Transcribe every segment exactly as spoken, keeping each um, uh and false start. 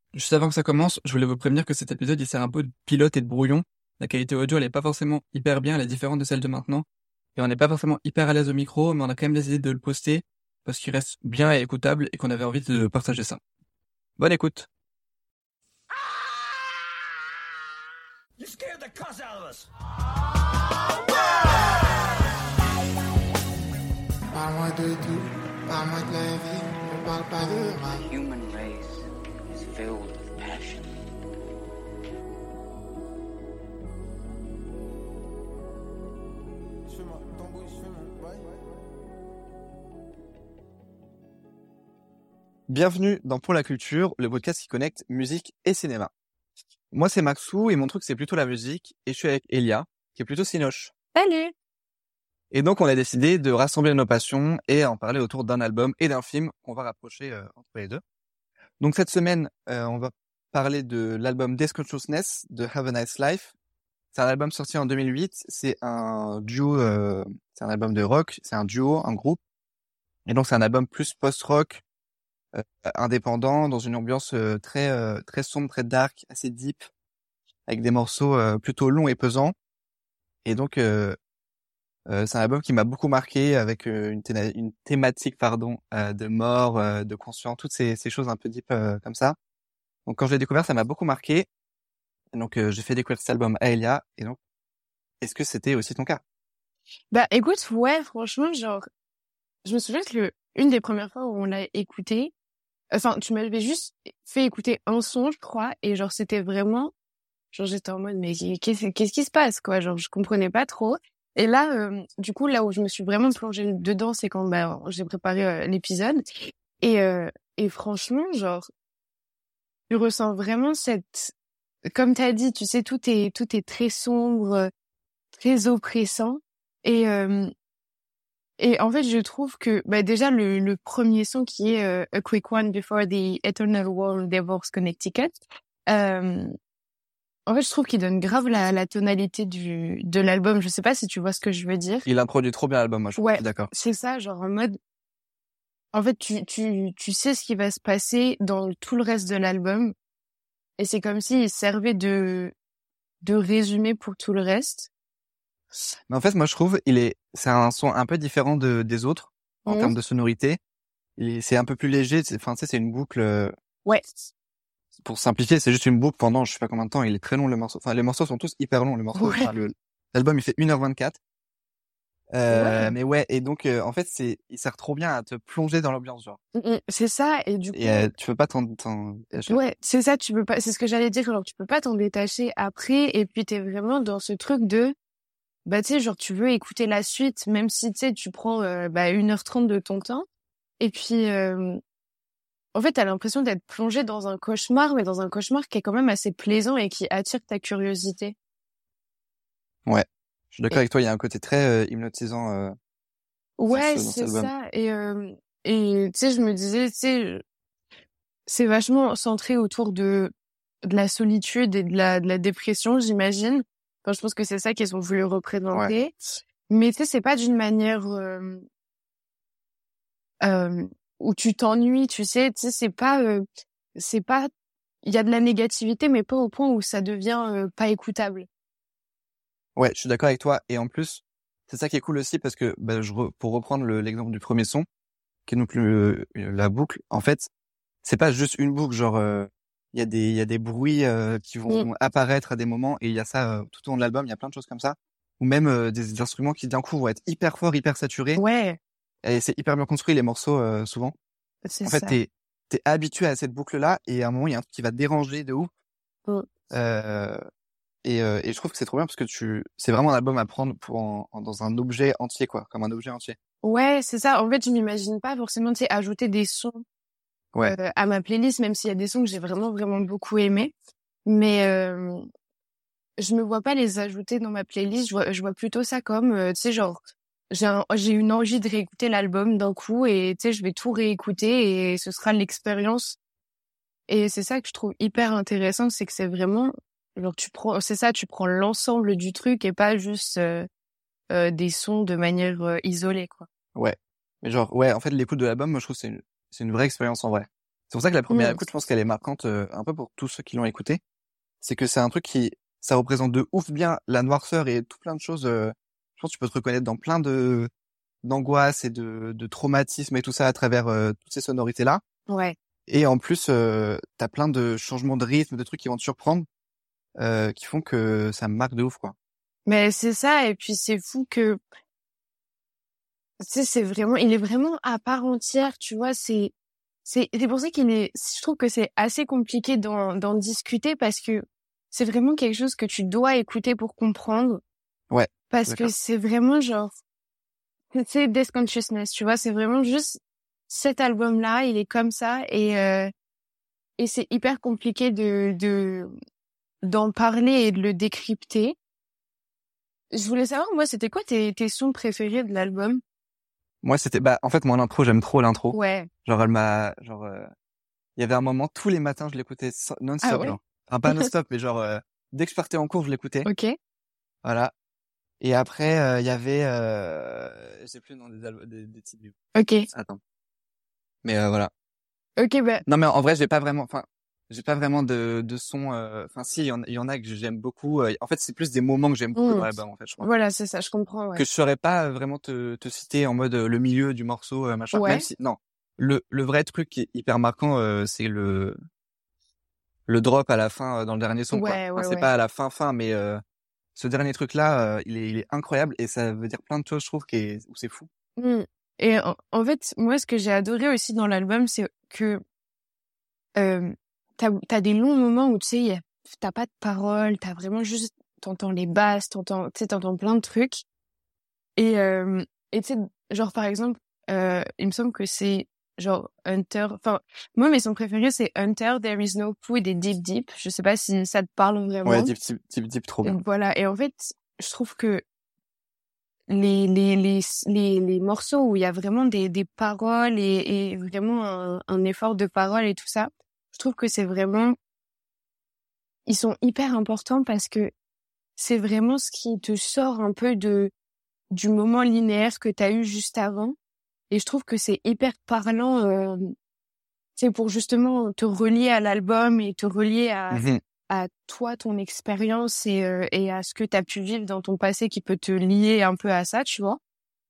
Juste avant que ça commence, je voulais vous prévenir que cet épisode il sert un peu de pilote et de brouillon. La qualité audio elle est pas forcément hyper bien, elle est différente de celle de maintenant. Et on n'est pas forcément hyper à l'aise au micro, mais on a quand même décidé de le poster parce qu'il reste bien et écoutable et qu'on avait envie de partager ça. Bonne écoute. You scared the cuss out of us. Parle-moi de tout, parle-moi de la vie, ne parle pas de moi. The human race is filled with passion. Je fais mon tambour, je fais mon bail. Bienvenue dans Pour la culture, le podcast qui connecte musique et cinéma. Moi c'est Maxou et mon truc c'est plutôt la musique et je suis avec Elia qui est plutôt cinoche. Salut! Et donc on a décidé de rassembler nos passions et en parler autour d'un album et d'un film qu'on va rapprocher euh, entre les deux. Donc cette semaine, euh, on va parler de l'album Death Consciousness de Have a Nice Life. C'est un album sorti en deux mille huit, c'est un duo, euh, c'est un album de rock, c'est un duo, un groupe. Et donc c'est un album plus post-rock, euh, indépendant, dans une ambiance euh, très euh, très sombre, très dark, assez deep, avec des morceaux euh, plutôt longs et pesants. Et donc euh, euh, c'est un album qui m'a beaucoup marqué, avec euh, une, thé- une thématique pardon euh, de mort, euh, de conscience, toutes ces, ces choses un peu deep euh, comme ça. Donc quand je l'ai découvert, ça m'a beaucoup marqué. Et donc euh, j'ai fait découvrir cet album à Elia. Et donc est-ce que c'était aussi ton cas? Bah écoute, ouais, franchement, genre, je me souviens que le, une des premières fois où on l'a écouté, enfin, tu m'avais juste fait écouter un son, je crois, et genre, c'était vraiment, genre, j'étais en mode, mais qu'est-ce, qu'est-ce qui se passe, quoi? Genre, je comprenais pas trop. Et là, euh, du coup, là où je me suis vraiment plongée dedans, c'est quand bah, j'ai préparé euh, l'épisode. Et, euh, et franchement, genre, tu ressens vraiment cette, comme t'as dit, tu sais, tout est, tout est très sombre, très oppressant. Et, euh, et en fait, je trouve que bah, déjà, le, le premier son qui est euh, A Quick One Before the Eternal World Divorce Connecticut, euh, en fait, je trouve qu'il donne grave la, la tonalité du, de l'album. Je sais pas si tu vois ce que je veux dire. Il introduit trop bien l'album, moi je Ouais, suis d'accord. c'est ça, genre en mode... En fait, tu, tu, tu sais ce qui va se passer dans tout le reste de l'album. Et c'est comme s'il servait de, de résumé pour tout le reste. Mais en fait, moi je trouve, il est, c'est un son un peu différent de des autres en Mhm. termes de sonorité. Il est- c'est un peu plus léger. c'est- Enfin, tu sais, c'est une boucle. euh, Ouais. Pour simplifier, c'est juste une boucle pendant je sais pas combien de temps. Il est très long le morceau. Enfin, les morceaux sont tous hyper longs. Le morceau, Ouais. enfin, le l'album il fait une heure vingt-quatre. Euh, Ouais. Mais ouais, et donc euh, en fait, c'est, il sert trop bien à te plonger dans l'ambiance, genre. Mhm. C'est ça. Et du coup, Et euh, tu peux pas t'en, t'en détacher. ouais, c'est ça, tu peux pas, c'est ce que j'allais dire, genre, tu peux pas t'en détacher après, et puis t'es vraiment dans ce truc de, bah, tu sais, genre, tu veux écouter la suite, même si, tu sais, tu prends, euh, bah, une heure trente de ton temps, et puis, euh, en fait, t'as l'impression d'être plongé dans un cauchemar, mais dans un cauchemar qui est quand même assez plaisant et qui attire ta curiosité. Ouais, je suis d'accord Et- avec toi. Il y a un côté très euh, hypnotisant. Euh, Ouais, ce- dans cet c'est album. ça, et, euh, et, tu sais, je me disais, tu sais, c'est vachement centré autour de, de la solitude et de la, de la dépression, j'imagine. Enfin, je pense que c'est ça qu'ils ont voulu représenter. Mais tu sais, c'est pas d'une manière euh, euh, où tu t'ennuies, tu sais. Tu sais, c'est pas, euh, c'est pas. Il y a de la négativité, mais pas au point où ça devient euh, pas écoutable. Ouais, je suis d'accord avec toi. Et en plus, c'est ça qui est cool aussi parce que, bah, je re- pour reprendre le- l'exemple du premier son, qui est donc le, la boucle, en fait, c'est pas juste une boucle, genre, euh, il y a des, il y a des bruits euh, qui vont apparaître à des moments et il y a ça euh, tout au long de l'album, il y a plein de choses comme ça. Ou même euh, des instruments qui d'un coup vont être hyper forts, hyper saturés. Ouais, Et c'est hyper bien construit les morceaux euh, souvent. c'est En fait, ça. t'es, t'es habitué à cette boucle-là et à un moment, il y a un truc qui va te déranger de ouf. Mm. Euh, Et, euh, et je trouve que c'est trop bien parce que tu, c'est vraiment un album à prendre pour en, en- dans un objet entier, quoi, comme un objet entier. Ouais, c'est ça. En fait, je m'imagine pas forcément, tu sais, ajouter des sons Ouais. euh, à ma playlist, même s'il y a des sons que j'ai vraiment, vraiment beaucoup aimés. Mais euh, je me vois pas les ajouter dans ma playlist. Je vois, je vois plutôt ça comme, euh, tu sais, genre, j'ai un, j'ai une envie de réécouter l'album d'un coup et, tu sais, je vais tout réécouter et ce sera l'expérience. Et c'est ça que je trouve hyper intéressant, c'est que c'est vraiment, genre, tu prends, c'est ça, tu prends l'ensemble du truc et pas juste euh, euh, des sons de manière euh, isolée, quoi. Ouais. Mais genre, ouais, en fait, l'écoute de l'album, moi, je trouve que c'est une, c'est une vraie expérience en vrai. C'est pour ça que la première Mm. écoute, je pense qu'elle est marquante euh, un peu pour tous ceux qui l'ont écouté. C'est que c'est un truc qui, ça représente de ouf bien la noirceur et tout plein de choses. euh, je pense que tu peux te reconnaître dans plein de d'angoisse et de, de traumatisme et tout ça à travers euh, toutes ces sonorités-là. Ouais. Et en plus, euh, t'as plein de changements de rythme, de trucs qui vont te surprendre, euh, qui font que ça me marque de ouf, quoi. Mais c'est ça, et puis c'est fou que, tu sais, c'est vraiment, il est vraiment à part entière, tu vois, c'est, c'est, c'est pour ça qu'il est, je trouve que c'est assez compliqué d'en, d'en discuter parce que c'est vraiment quelque chose que tu dois écouter pour comprendre. Ouais, Parce que d'accord. c'est vraiment genre, c'est Death Consciousness, tu vois, c'est vraiment juste cet album-là, il est comme ça et, euh, et c'est hyper compliqué de, de, d'en parler et de le décrypter. Je voulais savoir, moi, c'était quoi tes, tes sons préférés de l'album? Moi, c'était, bah, en fait, moi, l'intro, j'aime trop l'intro. Ouais. Genre, elle m'a, genre, euh, il y avait un moment, tous les matins, je l'écoutais so- Ah non-stop, ouais? genre. Enfin, pas non-stop, mais genre, euh, dès que je partais en cours, je l'écoutais. Ok. Voilà. Et après, euh, il y avait, euh, je sais plus le nom des albums, des, des titres du... Ok. Attends. Mais euh, voilà. Ok, bah, Non, mais en vrai, j'ai pas vraiment, enfin, j'ai pas vraiment de, de son, euh, enfin, si, il y en, il y en a que j'aime beaucoup. euh, en fait, c'est plus des moments que j'aime beaucoup dans hmm. l'album, en fait, je crois. Voilà, c'est ça, je comprends, ouais. Que je saurais pas vraiment te, te citer en mode euh, le milieu du morceau, euh, machin. Ouais. Même si, non. Le, le vrai truc qui est hyper marquant, euh, c'est le, le drop à la fin, euh, dans le dernier son, quoi. Ouais, Enfin, ouais, c'est ouais. pas à la fin, fin, mais, euh, ce dernier truc-là, euh, il est, il est incroyable et ça veut dire plein de choses, je trouve, qui est, où c'est fou. Hmm. Et en, en fait, moi, ce que j'ai adoré aussi dans l'album, c'est que euh, t'as, t'as des longs moments où, tu sais, y a- t'as pas de paroles, t'as vraiment juste, t'entends les basses, t'entends, tu sais, t'entends plein de trucs. Et, euh, et tu sais, genre, par exemple, euh, il me semble que c'est genre Hunter, enfin, moi, mes sons préférés, c'est Hunter, There Is No Food et Deep Deep. Je sais pas si ça te parle vraiment. Ouais, deep, deep, deep, deep, trop bien. Et voilà. Et en fait, je trouve que les, les, les, les, les morceaux où il y a vraiment des, des paroles et, et vraiment un, un effort de parole et tout ça, je trouve que c'est vraiment, ils sont hyper importants parce que c'est vraiment ce qui te sort un peu de, du moment linéaire que t'as eu juste avant. Et je trouve que c'est hyper parlant, euh, c'est pour justement te relier à l'album et te relier à, Mhm. à toi, ton expérience et, euh, et à ce que t'as pu vivre dans ton passé qui peut te lier un peu à ça, tu vois.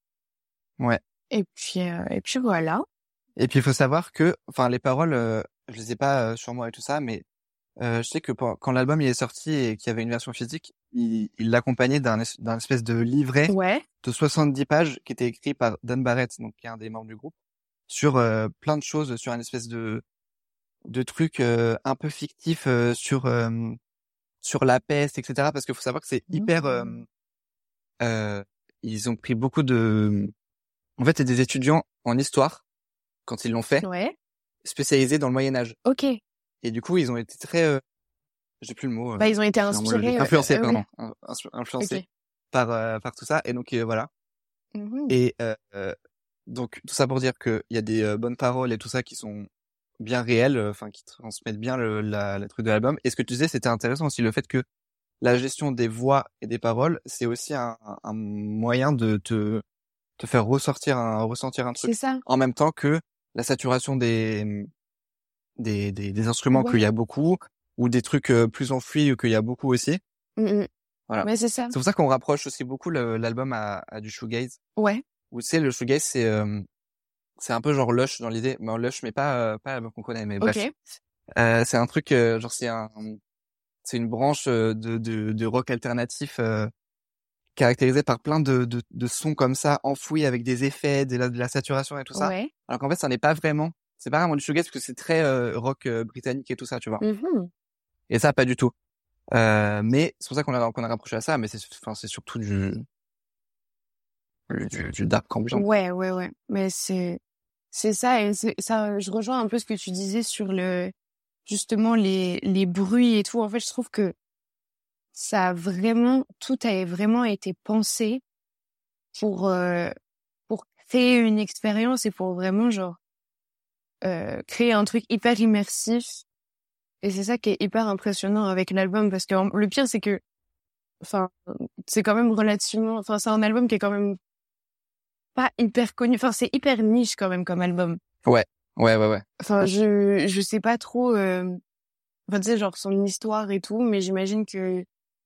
Ouais. Et puis, euh, et puis voilà. Et puis, il faut savoir que, enfin, les paroles, euh, je les ai pas euh, sur moi et tout ça, mais euh, je sais que pour- quand l'album il est sorti et qu'il y avait une version physique, il il l'accompagnait d'un es- d'un espèce de livret Ouais. de soixante-dix pages qui était écrit par Dan Barrett, donc qui est un des membres du groupe, sur euh, plein de choses, sur un espèce de de trucs euh, un peu fictifs euh, sur euh, sur la peste, et cetera. Parce qu'il faut savoir que c'est hyper, euh, euh, ils ont pris beaucoup de, en fait, c'est des étudiants en histoire quand ils l'ont fait, Ouais. spécialisés dans le Moyen Âge. Ok. Et du coup, ils ont été très, euh, j'ai plus le mot, euh, Bah, ils ont été je suis en mode logique. inspirés. euh, influencés, euh, pardon, ouais. in- in- influencés Ok. par euh, par tout ça. Et donc euh, voilà. Mhm. Et euh, euh, donc tout ça pour dire que il y a des euh, bonnes paroles et tout ça qui sont bien réelles, euh, enfin qui transmettent bien le, la, la truc de l'album. Et ce que tu disais, c'était intéressant aussi le fait que la gestion des voix et des paroles, c'est aussi un, un moyen de te te faire ressortir un ressentir un C'est truc ça. en même temps que la saturation des des des, des instruments qu'il y Ouais. a beaucoup ou des trucs euh, plus enfouis qu'il y a beaucoup aussi. Mhm. Voilà. Ouais, c'est ça. C'est pour ça qu'on rapproche aussi beaucoup le- l'album à, à du shoegaze. Ouais. Où tu sais le shoegaze c'est euh, c'est un peu genre Lush dans l'idée, mais Lush mais pas euh, pas l'album qu'on connaît, mais bref. Ok. Euh, c'est un truc euh, genre c'est un c'est une branche euh, de de, de rock alternatif euh, caractérisée par plein de, de de sons comme ça enfouis avec des effets, de la, de la saturation et tout ça. Ouais. Alors qu'en fait ça n'est pas vraiment, c'est pas vraiment du shoegaze parce que c'est très euh, rock euh, britannique et tout ça, tu vois. Mhm. Et ça pas du tout. Euh, mais c'est pour ça qu'on a qu'on a rapproché à ça, mais c'est enfin c'est surtout du du, du dark ambiant. Ouais, ouais, ouais. Mais c'est, c'est ça, et c'est, ça, je rejoins un peu ce que tu disais sur le, justement, les, les bruits et tout. En fait, je trouve que ça a vraiment, tout a vraiment été pensé pour, euh, pour créer une expérience et pour vraiment, genre, euh, créer un truc hyper immersif. Et c'est ça qui est hyper impressionnant avec l'album, parce que en- le pire, c'est que, enfin, c'est quand même relativement, enfin, c'est un album qui est quand même pas hyper connu. Enfin, c'est hyper niche quand même comme album. Ouais, Ouais, ouais, ouais. Enfin, je je sais pas trop. Euh... Enfin, tu sais, genre son histoire et tout, mais j'imagine que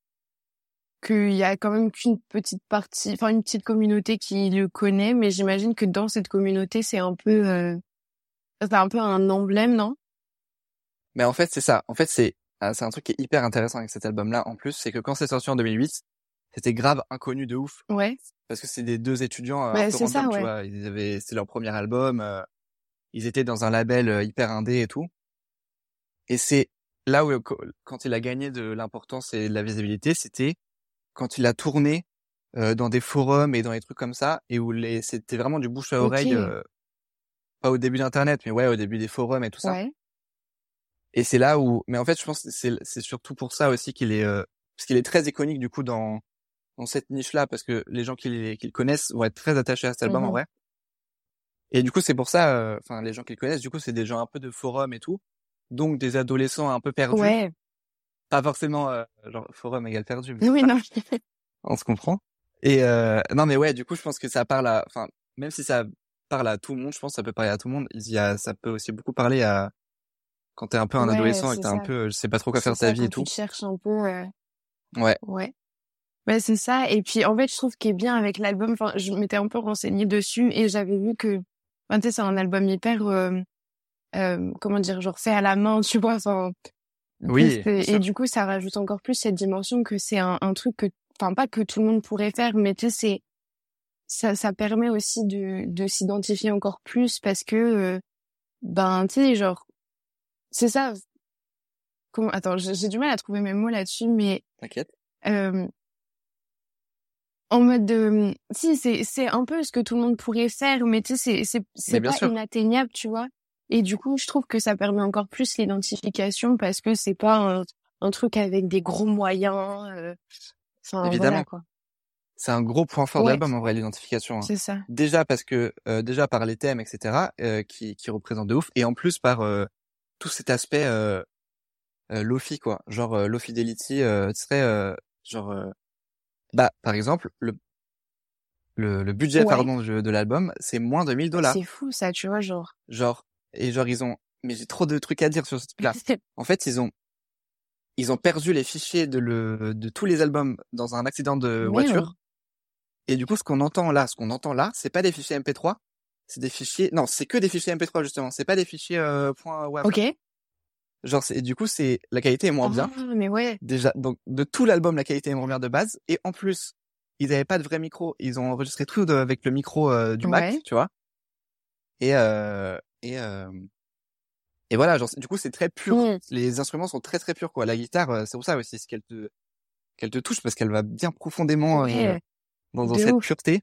qu'il y a quand même qu'une petite partie, enfin une petite communauté qui le connaît, mais j'imagine que dans cette communauté, c'est un peu, euh... c'est un peu un emblème, non? Mais en fait, c'est ça. En fait, c'est ah, c'est un truc qui est hyper intéressant avec cet album-là. En plus, c'est que quand c'est sorti en deux mille huit, c'était grave inconnu de ouf. Ouais. Parce que c'est des deux étudiants euh, Bah, un peu c'est random, ça, tu ouais. vois. Ils avaient, c'était leur premier album. euh, ils étaient dans un label euh, hyper indé et tout. Et c'est là où, quand il a gagné de l'importance et de la visibilité, c'était quand il a tourné euh, dans des forums et dans des trucs comme ça, et où les, c'était vraiment du bouche à oreille, Ok. euh, pas au début d'Internet, mais ouais, au début des forums et tout ça. Ouais. Et c'est là où, mais en fait, je pense que c'est, c'est surtout pour ça aussi qu'il est, euh, parce qu'il est très iconique du coup dans dans cette niche-là, parce que les gens qui, les- qui le connaissent vont être très attachés à cet album en Mhm. vrai. Et du coup, c'est pour ça, euh, enfin, les gens qui le connaissent, du coup, c'est des gens un peu de forum et tout, donc des adolescents un peu perdus, Ouais. pas forcément euh, genre forum égale perdu, mais Oui, non. on se comprend. Et euh, non, mais ouais, du coup, je pense que ça parle à, enfin, même si ça parle à tout le monde, je pense que ça peut parler à tout le monde. Il y a, ça peut aussi beaucoup parler à quand t'es un peu un Ouais, adolescent et que c'est t'es un ça. peu, euh, je sais pas trop quoi C'est faire de ta ça, vie et quand tu tout. te cherches un peu. euh, Ouais, Ouais. Ouais, c'est ça. Et puis, en fait, je trouve qu'il est bien avec l'album. Enfin, je m'étais un peu renseignée dessus et j'avais vu que, enfin, tu sais, c'est un album hyper, euh, euh, comment dire, genre fait à la main, tu vois. Enfin, tu sais, oui, bien c'est- et sûr, du coup, ça rajoute encore plus cette dimension que c'est un, un truc que, enfin, pas que tout le monde pourrait faire, mais tu sais, c'est, ça, ça permet aussi de, de s'identifier encore plus parce que, euh, ben, tu sais, genre, c'est ça. Comment, attends, j'ai j'ai du mal à trouver mes mots là-dessus, mais, t'inquiète. euh, en mode de, si, c'est, c'est un peu ce que tout le monde pourrait faire, mais tu sais, c'est, c'est, Mais c'est bien pas sûr, inatteignable, tu vois. Et du coup, je trouve que ça permet encore plus l'identification parce que c'est pas un, un truc avec des gros moyens, euh, enfin, voilà, évidemment. quoi. C'est un gros point fort de Ouais, l'album en vrai, l'identification. Hein. c'est ça. Déjà parce que, euh, déjà par les thèmes, et cetera, euh, qui, qui représentent de ouf, et en plus par euh, tout cet aspect euh, euh, lofi quoi, genre euh, low fidelity, euh, tu serais euh, genre, euh, bah par exemple le le, le budget Ouais. pardon de, de l'album, c'est moins de mille dollars. C'est fou, ça, tu vois, genre. Genre, et genre ils ont, mais j'ai trop de trucs à dire sur ce truc-là. En fait, ils ont ils ont perdu les fichiers de le de tous les albums dans un accident de Merde. voiture. Et du coup, ce qu'on entend là, ce qu'on entend là, c'est pas des fichiers M P trois, c'est des fichiers, non, c'est que des fichiers M P trois justement, c'est pas des fichiers euh, .wav. Ok. Genre, c'est, du coup, c'est, la qualité est moins bien. Ah, mais ouais. Déjà, donc, de tout l'album, la qualité est moins bien de base. Et en plus, ils avaient pas de vrai micro, ils ont enregistré tout de- avec le micro euh, du Mac, Ouais. tu vois. Et, euh, et, euh, et voilà, genre, du coup, c'est très pur. Mm. Les instruments sont très très purs, quoi. La guitare, euh, c'est pour ça aussi, c'est qu'elle te, qu'elle te touche parce qu'elle va bien profondément euh, Ouais. dans, dans De cette ouf. pureté.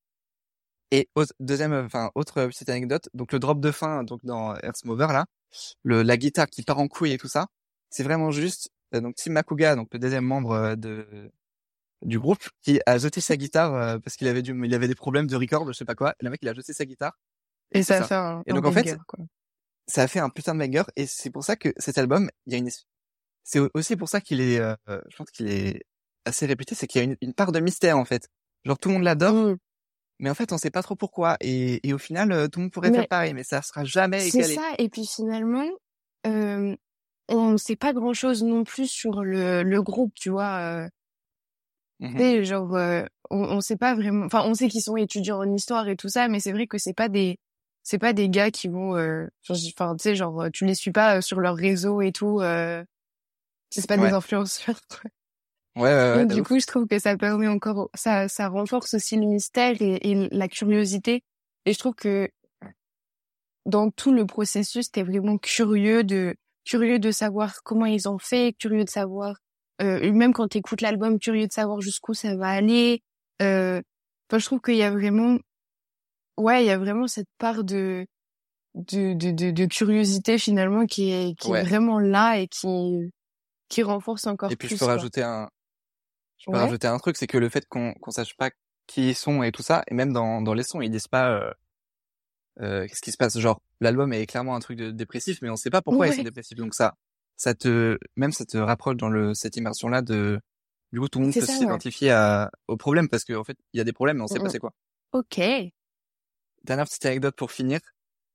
Et autre, deuxième, euh, enfin autre euh, petite anecdote, donc le drop de fin, donc dans Earth Mover là, le la guitare qui part en couille et tout ça, c'est vraiment juste euh, donc Tim Makuga, donc le deuxième membre euh, de du groupe, qui a jeté sa guitare euh, parce qu'il avait du, il avait des problèmes de record, je sais pas quoi. Et le mec il a jeté sa guitare et Et c'est ça ça. fait un, Et un donc en fait, banger, quoi. ça a fait un putain de banger et c'est pour ça que cet album, il y a une, c'est aussi pour ça qu'il est, euh, je pense qu'il est assez réputé, c'est qu'il y a une, une part de mystère en fait. Genre tout le monde l'adore. Mm. Mais en fait, on sait pas trop pourquoi. Et, et au final, euh, tout le monde pourrait Mais faire pareil, mais ça sera jamais c'est égalé. ça. Et puis finalement, euh, on ne sait pas grand-chose non plus sur le, le groupe, tu vois. Euh, Mhm. tu sais, genre, euh, on, on sait pas vraiment. Enfin, on sait qu'ils sont étudiants en histoire et tout ça, mais c'est vrai que c'est pas des, c'est pas des gars qui vont. euh, genre, j- Enfin, tu sais, genre, tu les suis pas euh, sur leur réseau et tout. Euh, c'est pas Ouais. des influenceurs. quoi. Ouais, ouais, ouais. Et de du ouf. coup, je trouve que ça permet encore, ça, ça renforce aussi le mystère et, et la curiosité. Et je trouve que dans tout le processus, t'es vraiment curieux de, curieux de savoir comment ils ont fait, curieux de savoir, euh, et même quand t'écoutes l'album, curieux de savoir jusqu'où ça va aller. Euh, enfin, je trouve qu'il y a vraiment, ouais, il y a vraiment cette part de, de, de, de, de curiosité finalement qui est, qui est Ouais. vraiment là et qui, qui renforce encore Et puis, je plus, peux quoi. rajouter un, je peux Ouais. rajouter un truc, c'est que le fait qu'on, qu'on sache pas qui ils sont et tout ça, et même dans, dans les sons, ils disent pas, euh, euh, qu'est-ce qui se passe. Genre, l'album est clairement un truc de dépressif, mais on sait pas pourquoi ils sont Ouais. dépressifs. Donc ça, ça te, même ça te rapproche dans le, cette immersion-là de, du coup, tout le monde C'est peut ça, ouais. s'identifier à, au problème parce qu'en fait, il y a des problèmes, mais on sait Mm, pas mm. c'est quoi. Ok. Dernière petite anecdote pour finir.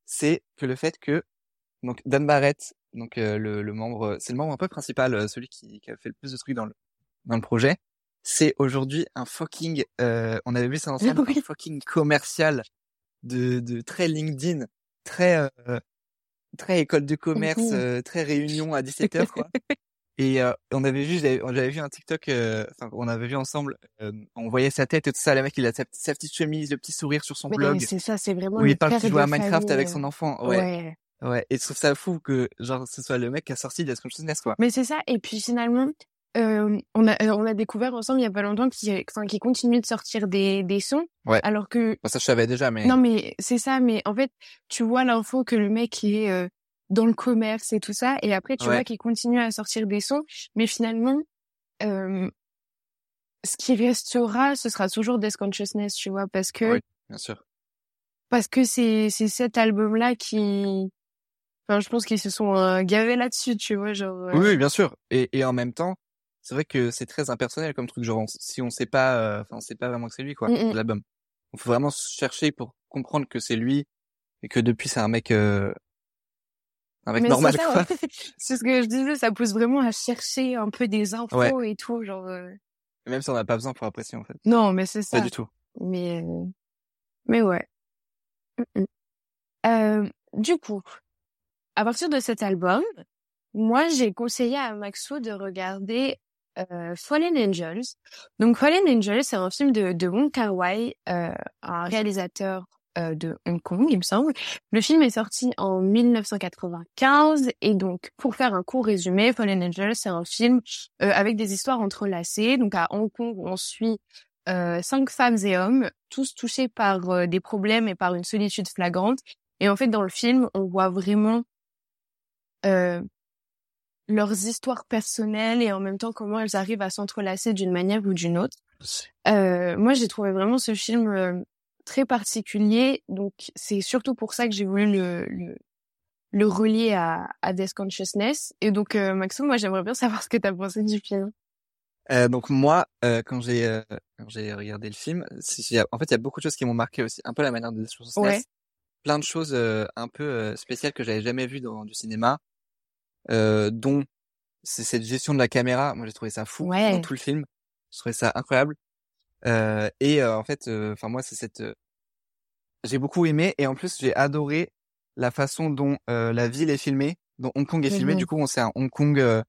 c'est que le fait que donc Dan Barrett, donc euh, le, le membre, c'est le membre un peu principal, euh, celui qui, qui a fait le plus de trucs dans le dans le projet, c'est aujourd'hui un fucking, euh, on avait vu ça ensemble, Oui. un fucking commercial de de très LinkedIn, très euh, très école de commerce, Mhm. euh, très réunion à dix-sept heures quoi. Et euh, on avait vu, j'avais, j'avais vu un TikTok, euh, enfin on avait vu ensemble, euh, on voyait sa tête et tout ça, le mec il a sa, sa petite chemise, le petit sourire sur son Mais blog, c'est ça, c'est vraiment où il le parle père qu'il joue à de Minecraft famille. avec euh, son enfant. Ouais, Ouais. ouais. Et je trouve ça fou que genre ce soit le mec qui a sorti Death Consciousness quoi. Mais c'est ça. Et puis finalement, euh, on a euh, on a découvert ensemble il y a pas longtemps qu'il enfin qu'il continue de sortir des des sons, Ouais. alors que Bon, ça je savais déjà, mais non mais c'est ça. Mais en fait, tu vois l'info que le mec il est euh, dans le commerce et tout ça, et après tu ouais, vois qu'il continue à sortir des sons, mais finalement, euh, ce qui restera, ce sera toujours Death Consciousness, tu vois, parce que oui, bien sûr. parce que c'est c'est cet album là qui, enfin je pense qu'ils se sont euh, gavés là-dessus, tu vois, genre. euh, Oui, oui, bien sûr. Et et en même temps, c'est vrai que c'est très impersonnel comme truc. Genre on- si on sait pas, euh, enfin on sait pas vraiment que c'est lui quoi, Mm, mm. l'album. Il faut vraiment chercher pour comprendre que c'est lui et que depuis c'est un mec, euh, un mec Mais normal c'est ça, quoi. ouais. C'est ce que je disais, ça pousse vraiment à chercher un peu des Ouais. infos et tout, genre. euh, Même si on n'a pas besoin pour apprécier en fait. Non, mais c'est Pas ça. du tout. Mais euh, mais ouais. Mm, mm. Euh, du coup, à partir de cet album, moi j'ai conseillé à Maxou de regarder euh, Fallen Angels. Donc Fallen Angels, c'est un film de de Wong Kar-wai, euh, un réalisateur euh, de Hong Kong, il me semble. Le film est sorti en mille neuf cent quatre-vingt-quinze et donc pour faire un court résumé, Fallen Angels, c'est un film euh, avec des histoires entrelacées. Donc à Hong Kong, on suit euh, cinq femmes et hommes, tous touchés par euh, des problèmes et par une solitude flagrante. Et en fait, dans le film, on voit vraiment euh, leurs histoires personnelles et en même temps comment elles arrivent à s'entrelacer d'une manière ou d'une autre. Euh, moi, j'ai trouvé vraiment ce film euh, très particulier, donc c'est surtout pour ça que j'ai voulu le, le, le relier à, à Death Consciousness. Et donc, euh, Maxime, moi, j'aimerais bien savoir ce que t'as pensé du film. Euh, donc moi, euh, quand j'ai euh, quand j'ai regardé le film, c'est- il y a- en fait, il y a beaucoup de choses qui m'ont marqué aussi. Un peu la manière de Death Consciousness, Ouais. plein de choses euh, un peu euh, spéciales que j'avais jamais vues dans du cinéma, euh, dont c'est cette gestion de la caméra. Moi, j'ai trouvé ça fou Ouais. dans tout le film. Je trouvais ça incroyable. Euh, et euh, en fait, enfin moi, c'est cette, euh, j'ai beaucoup aimé et en plus j'ai adoré la façon dont euh, la ville est filmée, dont Hong Kong est filmé. Mhm. Du coup, on sait un Hong Kong. Euh,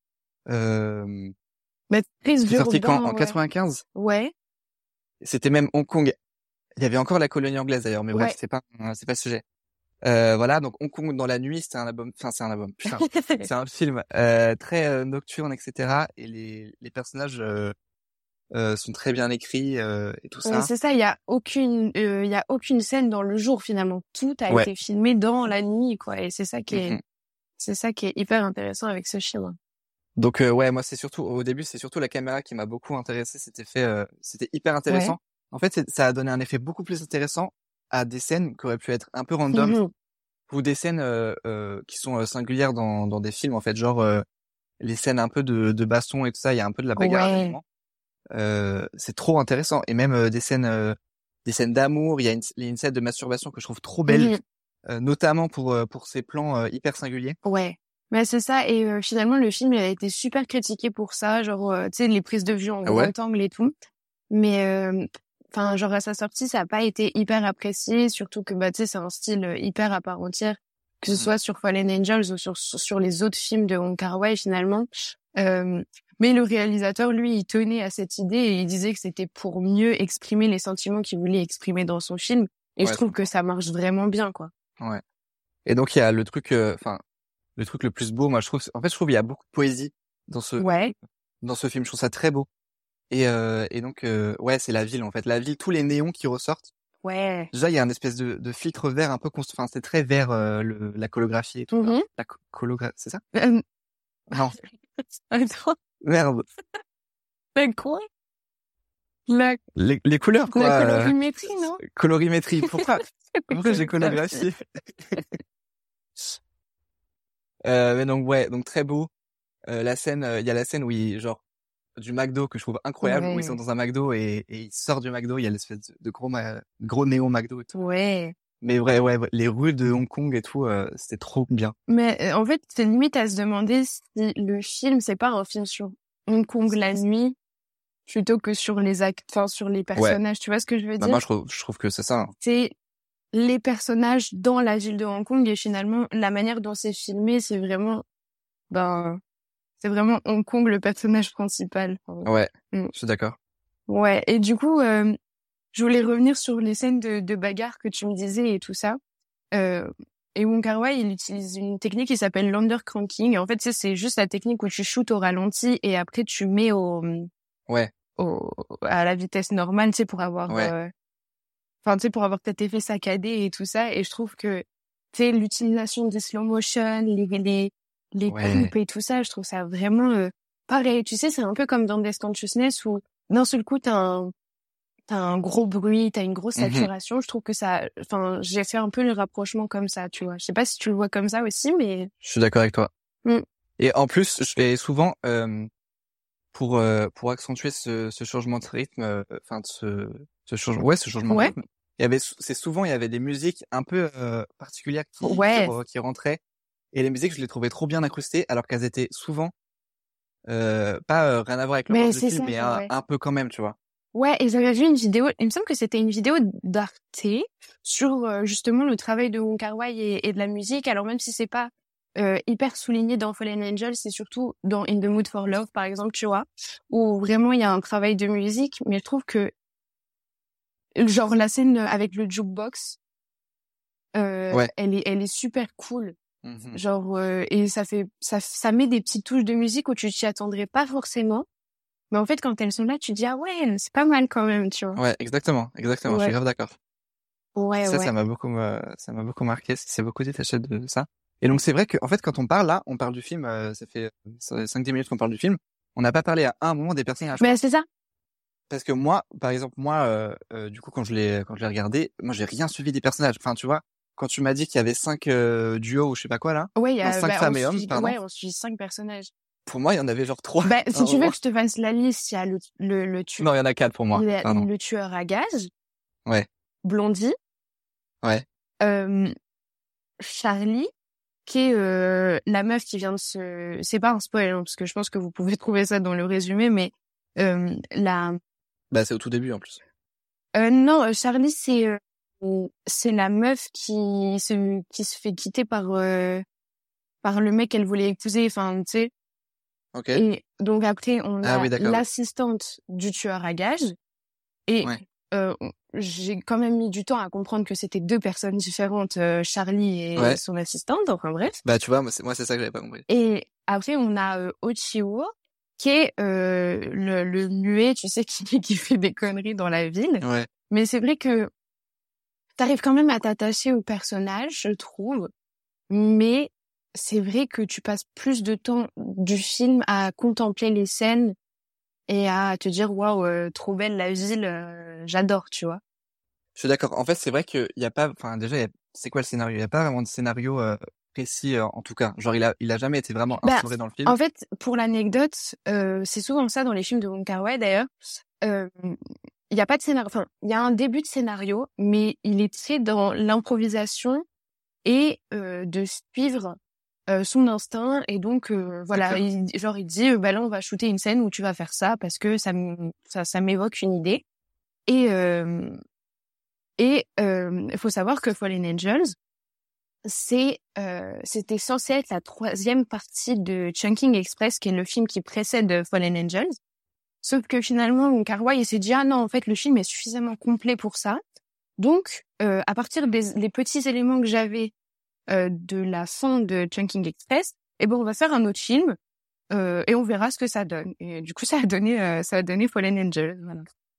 euh, Mais très c'est sorti quand urbain, en ouais. quatre-vingt-quinze. Ouais. C'était même Hong Kong. Il y avait encore la colonie anglaise d'ailleurs, mais bref, Ouais. c'est pas, euh, c'est pas le sujet. Euh, voilà, donc Hong Kong dans la nuit, c'est un album, enfin c'est un album, putain, c'est un film euh, très euh, nocturne, et cetera. Et les les personnages euh, euh, sont très bien écrits euh, et tout Ouais, ça. c'est ça, il y a aucune euh, il y a aucune scène dans le jour finalement. Tout a Ouais. été filmé dans la nuit, quoi. Et c'est ça qui est Mhm. c'est ça qui est hyper intéressant avec ce film. Donc euh, ouais, moi c'est surtout au début, c'est surtout la caméra qui m'a beaucoup intéressé. C'était fait, euh, c'était hyper intéressant. Ouais. En fait, c'est- ça a donné un effet beaucoup plus intéressant à des scènes qui auraient pu être un peu random Mhm. ou des scènes euh, euh, qui sont euh, singulières dans dans des films en fait, genre euh, les scènes un peu de de baston et tout ça. Il y a un peu de la bagarre à des Ouais. moments. Euh, c'est trop intéressant et même euh, des scènes euh, des scènes d'amour. Il y a une, il y a une scène de masturbation que je trouve trop belle, Mhm. euh, notamment pour euh, pour ces plans euh, hyper singuliers. Ouais. Mais c'est ça, et euh, finalement le film il a été super critiqué pour ça, genre euh, tu sais les prises de vue en Ah ouais. grand angle et tout. Mais euh, enfin genre à sa sortie ça a pas été hyper apprécié, surtout que bah tu sais c'est un style euh, hyper à part entière, que ce Mhm. soit sur Fallen Angels ou sur sur, sur les autres films de Wong Kar-wai finalement. Euh, mais le réalisateur lui il tenait à cette idée et il disait que c'était pour mieux exprimer les sentiments qu'il voulait exprimer dans son film, et Ouais, je je trouve que comprends. ça marche vraiment bien, quoi. Ouais. Et donc il y a le truc, enfin le truc le plus beau, moi je trouve, en fait je trouve il y a beaucoup de poésie dans ce Ouais. dans ce film. Je trouve ça très beau. Et euh, et donc euh, ouais, c'est la ville en fait, la ville, tous les néons qui ressortent. Ouais. Déjà il y a une espèce de de filtre vert un peu construit, enfin c'est très vert euh, le la colographie et tout. Mhm. La co- cologra- c'est ça? Euh, Non, Attends, merde. mais quoi? La, Les les couleurs quoi. la euh, colorimétrie, non? colorimétrie. Pourquoi pourquoi j'ai colographié? Euh, mais donc ouais, donc très beau. Euh, la scène, il y a la scène où il, genre du McDo que je trouve incroyable, où ils sont Ouais. dans un McDo et, et ils sortent du McDo, il y a l'espèce de, de gros ma- gros néon McDo et tout. Ouais. Mais vrai, ouais, ouais, les rues de Hong Kong et tout, euh, c'était trop bien. Mais euh, en fait, c'est limite à se demander si le film, c'est pas un film sur Hong Kong la nuit plutôt que sur les actes, enfin sur les personnages. Tu vois ce que je veux Bah dire? moi, je trouve, je trouve que c'est ça. Hein. C'est les personnages dans la ville de Hong Kong et finalement la manière dont c'est filmé, c'est vraiment, ben, c'est vraiment Hong Kong le personnage principal. Ouais, Mm. je suis d'accord. Ouais. Et du coup, euh, je voulais revenir sur les scènes de, de bagarre que tu me disais et tout ça. Euh, et Wong Kar-wai, il utilise une technique qui s'appelle l'undercranking. Et en fait, tu sais, c'est juste la technique où tu shootes au ralenti et après tu mets au, Ouais, au à la vitesse normale, tu sais, pour avoir, Ouais. euh, enfin, tu sais, pour avoir cet effet saccadé et tout ça. Et je trouve que, tu sais, l'utilisation des slow motion, les les les Ouais. coupes et tout ça, je trouve ça vraiment euh, pareil. Tu sais, c'est un peu comme dans Death Consciousness où d'un seul coup t'as un t'as un gros bruit, t'as une grosse Mhm. saturation. Je trouve que ça, enfin, j'ai fait un peu le rapprochement comme ça, tu vois. Je sais pas si tu le vois comme ça aussi, mais Je suis d'accord avec toi. Mm. Et en plus, je fais souvent euh, pour euh, pour accentuer ce, ce changement de rythme, euh, enfin de ce ce changement, ouais, ce changement Ouais. de rythme. Il y avait, sou- c'est souvent il y avait des musiques un peu euh, particulières qui, Ouais. qui re- qui rentraient. Et les musiques, je les trouvais trop bien incrustées, alors qu'elles étaient souvent euh, pas euh, rien à voir avec Mais l'ambiance du c'est film, ça, mais un, ouais. un peu quand même, tu vois. Ouais, et j'avais vu une vidéo, il me semble que c'était une vidéo d'Arte sur euh, justement le travail de Wong Kar-wai et, et de la musique. Alors même si c'est pas euh, hyper souligné dans Fallen Angels, c'est surtout dans In the Mood for Love, par exemple, tu vois, où vraiment il y a un travail de musique. Mais je trouve que genre la scène avec le jukebox, euh, Ouais. elle est, elle est super cool. Mhm. Genre euh, et ça fait, ça, ça met des petites touches de musique où tu t'y attendrais pas forcément. Mais en fait, quand elles sont là, tu te dis ah ouais, c'est pas mal quand même, tu vois. Ouais, exactement, exactement. Je Ouais. suis grave d'accord. Ouais, Ça, ouais. ça m'a beaucoup, euh, ça m'a beaucoup marqué. C'est beaucoup détaché de ça. Et donc c'est vrai que, en fait, quand on parle là, on parle du film. euh, ça fait cinq dix minutes qu'on parle du film. On n'a pas parlé à un moment des personnages. Mais c'est ça. Parce que moi, par exemple, moi, euh, euh, du coup, quand je l'ai, quand je l'ai regardé, moi, j'ai rien suivi des personnages. Enfin, tu vois, quand tu m'as dit qu'il y avait cinq euh, duos ou je sais pas quoi là, Ouais, il y non, a, cinq bah, femmes on et hommes, suit, pardon. ouais, on suit cinq personnages. Pour moi, il y en avait genre trois. Bah, si à un tu veux moment. que je te fasse la liste, il y a le, le, le tueur, Non, il y en a quatre pour moi. le, Pardon. le tueur à gage, Ouais, Blondie, ouais, euh, Charlie, qui est euh, la meuf qui vient de se... C'est pas un spoil, hein, parce que je pense que vous pouvez trouver ça dans le résumé, mais euh, la... bah c'est au tout début en plus. Euh, non, euh, Charlie, c'est euh, c'est la meuf qui se qui se fait quitter par euh, par le mec qu'elle voulait épouser, enfin, tu sais. Ok. Et donc après, on Ah a oui, d'accord. l'assistante du tueur à gages. Et Ouais. euh, on- j'ai quand même mis du temps à comprendre que c'était deux personnes différentes, euh, Charlie et Ouais. son assistante, enfin bref. Bah tu vois, moi c'est, moi c'est ça que j'avais pas compris. Et après, on a euh, Ochiwo, qui est euh, le, le muet, tu sais, qui, qui fait des conneries dans la ville. Ouais. Mais c'est vrai que t'arrives quand même à t'attacher au personnage, je trouve. Mais c'est vrai que tu passes plus de temps du film à contempler les scènes et à te dire waouh, euh, trop belle la ville, euh, j'adore, tu vois. Je suis d'accord. En fait, c'est vrai qu'il y a pas, enfin déjà, il y a- c'est quoi le scénario? Il y a pas vraiment de scénario euh, précis euh, en tout cas. Genre il a, il a jamais été vraiment Bah, instauré dans le film. En fait, pour l'anecdote, euh, c'est souvent ça dans les films de Wong Kar-wai d'ailleurs. Euh, Il y a pas de scénario, enfin, il y a un début de scénario, mais il est très dans l'improvisation et euh, de suivre euh, son instinct. Et donc, euh, voilà, D'accord. il, genre il dit, euh, bah là, on va shooter une scène où tu vas faire ça parce que ça, m- ça, ça m'évoque une idée. Et euh, et euh, il faut savoir que Fallen Angels, c'est euh, c'était censé être la troisième partie de Chungking Express, qui est le film qui précède Fallen Angels. Sauf que finalement, Wong Kar-wai, il s'est dit, ah non, en fait, le film est suffisamment complet pour ça. Donc, euh, à partir des les petits éléments que j'avais euh, de la fin de Chungking Express, eh ben, on va faire un autre film euh, et on verra ce que ça donne. Et du coup, ça a donné, euh, ça a donné Fallen Angels. Voilà.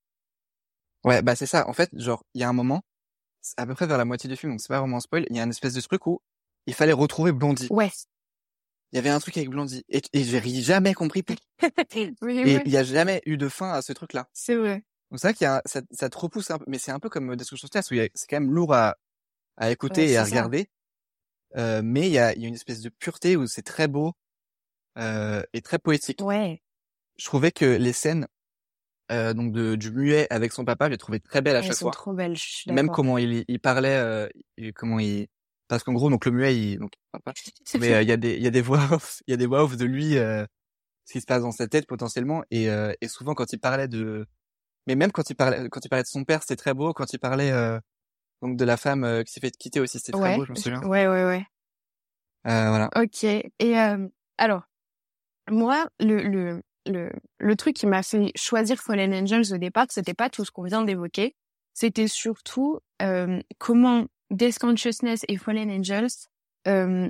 Ouais, bah c'est ça. En fait, genre il y a un moment, c'est à peu près vers la moitié du film, donc c'est pas vraiment un spoil. Il y a une espèce de truc où il fallait retrouver Blondie. Ouais. Il y avait un truc avec Blondie et, et j'ai ri- jamais compris. pourquoi. Oui, Et ouais, il y a jamais eu de fin à ce truc-là. c'est vrai. Donc c'est vrai qu'il y a, ça, ça te repousse un peu, mais c'est un peu comme Death Test où il y a- c'est quand même lourd à, à écouter Ouais, et à c'est ça. regarder. Euh, mais il y a, il y a une espèce de pureté où c'est très beau euh, et très poétique. Ouais. Je trouvais que les scènes euh, donc de, du muet avec son papa, je l'ai trouvé très belle à Elles chaque sont fois. trop belles, je suis Même d'accord. comment il, il parlait, euh, et comment il, parce qu'en gros, donc le muet, il, donc, il parle pas. Mais euh, il y a des, il y a des voix off, il y a des voix off de lui, euh, ce qui se passe dans sa tête potentiellement, et, euh, et souvent quand il parlait de, mais même quand il parlait, quand il parlait de son père, c'était très beau. Quand il parlait euh, donc de la femme euh, qui s'est fait quitter aussi, c'était très Ouais, beau, je me je- souviens. ouais, ouais, ouais. Euh, voilà. Ok. Et euh, alors, moi, le, le, le, le truc qui m'a fait choisir Fallen Angels au départ, c'était pas tout ce qu'on vient d'évoquer. C'était surtout euh, comment Death Consciousness et Fallen Angels euh,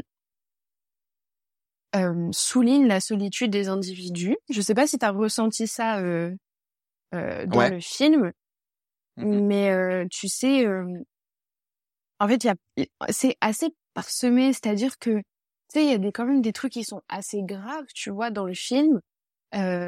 euh, soulignent la solitude des individus. Je sais pas si tu as ressenti ça euh, euh, dans Ouais. le film, Mhm. mais euh, tu sais, euh, en fait, il y a, c'est assez parsemé, c'est-à-dire que, tu sais, il y a des, quand même des trucs qui sont assez graves, tu vois, dans le film, euh,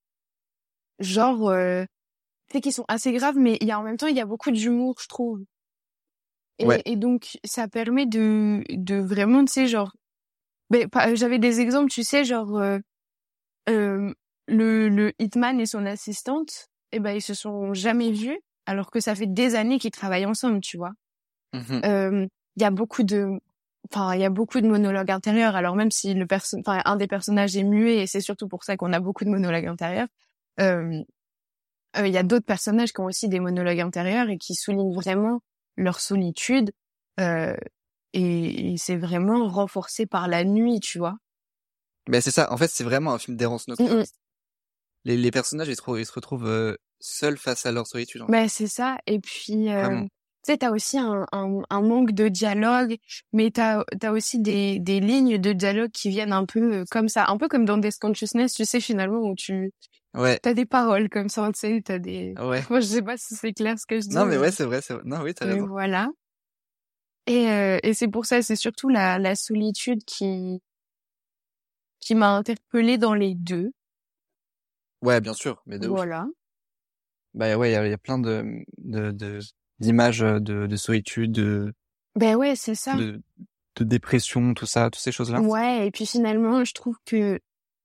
genre, euh, tu sais, qui sont assez graves, mais il y a en même temps, il y a beaucoup d'humour, je trouve. Et, Ouais. et donc, ça permet de, de vraiment, tu sais, genre, ben, pas- j'avais des exemples, tu sais, genre, euh, euh, le, le hitman et son assistante, eh ben, ils se sont jamais vus, alors que ça fait des années qu'ils travaillent ensemble, tu vois. Mhm. Euh, il y a beaucoup de, enfin, il y a beaucoup de monologues intérieurs. Alors même si le perso, enfin, un des personnages est muet, et c'est surtout pour ça qu'on a beaucoup de monologues intérieurs. Euh, euh, il y a d'autres personnages qui ont aussi des monologues intérieurs et qui soulignent vraiment leur solitude. Euh, et, et c'est vraiment renforcé par la nuit, tu vois. Ben c'est ça. En fait, c'est vraiment un film d'errance Mm, nocturne. mm. Les, les personnages, ils se, trou- ils se retrouvent euh, seuls face à leur solitude. En fait. Ben, c'est ça. Et puis, euh, Vraiment. tu sais, t'as aussi un, un, un manque de dialogue, mais t'as, t'as aussi des, des lignes de dialogue qui viennent un peu euh, comme ça, un peu comme dans Death Consciousness, tu sais, finalement, où tu Ouais. t'as des paroles comme ça, tu sais, t'as des... Ouais. Moi, je sais pas si c'est clair ce que je dis, Non, mais mais, ouais, c'est vrai, c'est vrai. Non, oui, t'as mais raison. voilà. Et, euh, et c'est pour ça, c'est surtout la, la solitude qui, qui m'a interpellée dans les deux. Ouais, bien sûr, mais de ouf. Voilà. Bah ouais, il y a, il y a plein de, de, de, d'images de, de solitude, de, Ben ouais, c'est ça. de, de dépression, tout ça, toutes ces choses-là. Ouais, et puis finalement, je trouve que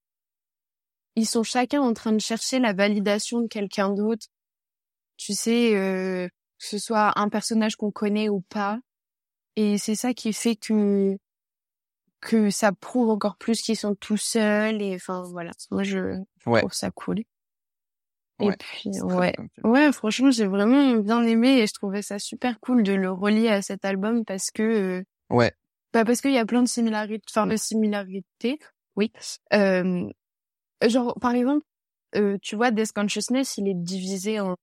ils sont chacun en train de chercher la validation de quelqu'un d'autre. Tu sais, euh, que ce soit un personnage qu'on connaît ou pas. Et c'est ça qui fait que que ça prouve encore plus qu'ils sont tout seuls. Et enfin, voilà. Moi, je Ouais. trouve ça cool. Et Ouais. puis, C'est très ouais. bien comme film. Ouais, franchement, j'ai vraiment bien aimé et je trouvais ça super cool de le relier à cet album parce que, euh, Ouais. bah parce qu'il y a plein de similarités, enfin, de similarités. Oui. Euh, genre, par exemple, euh, tu vois, Death Consciousness, il est divisé en,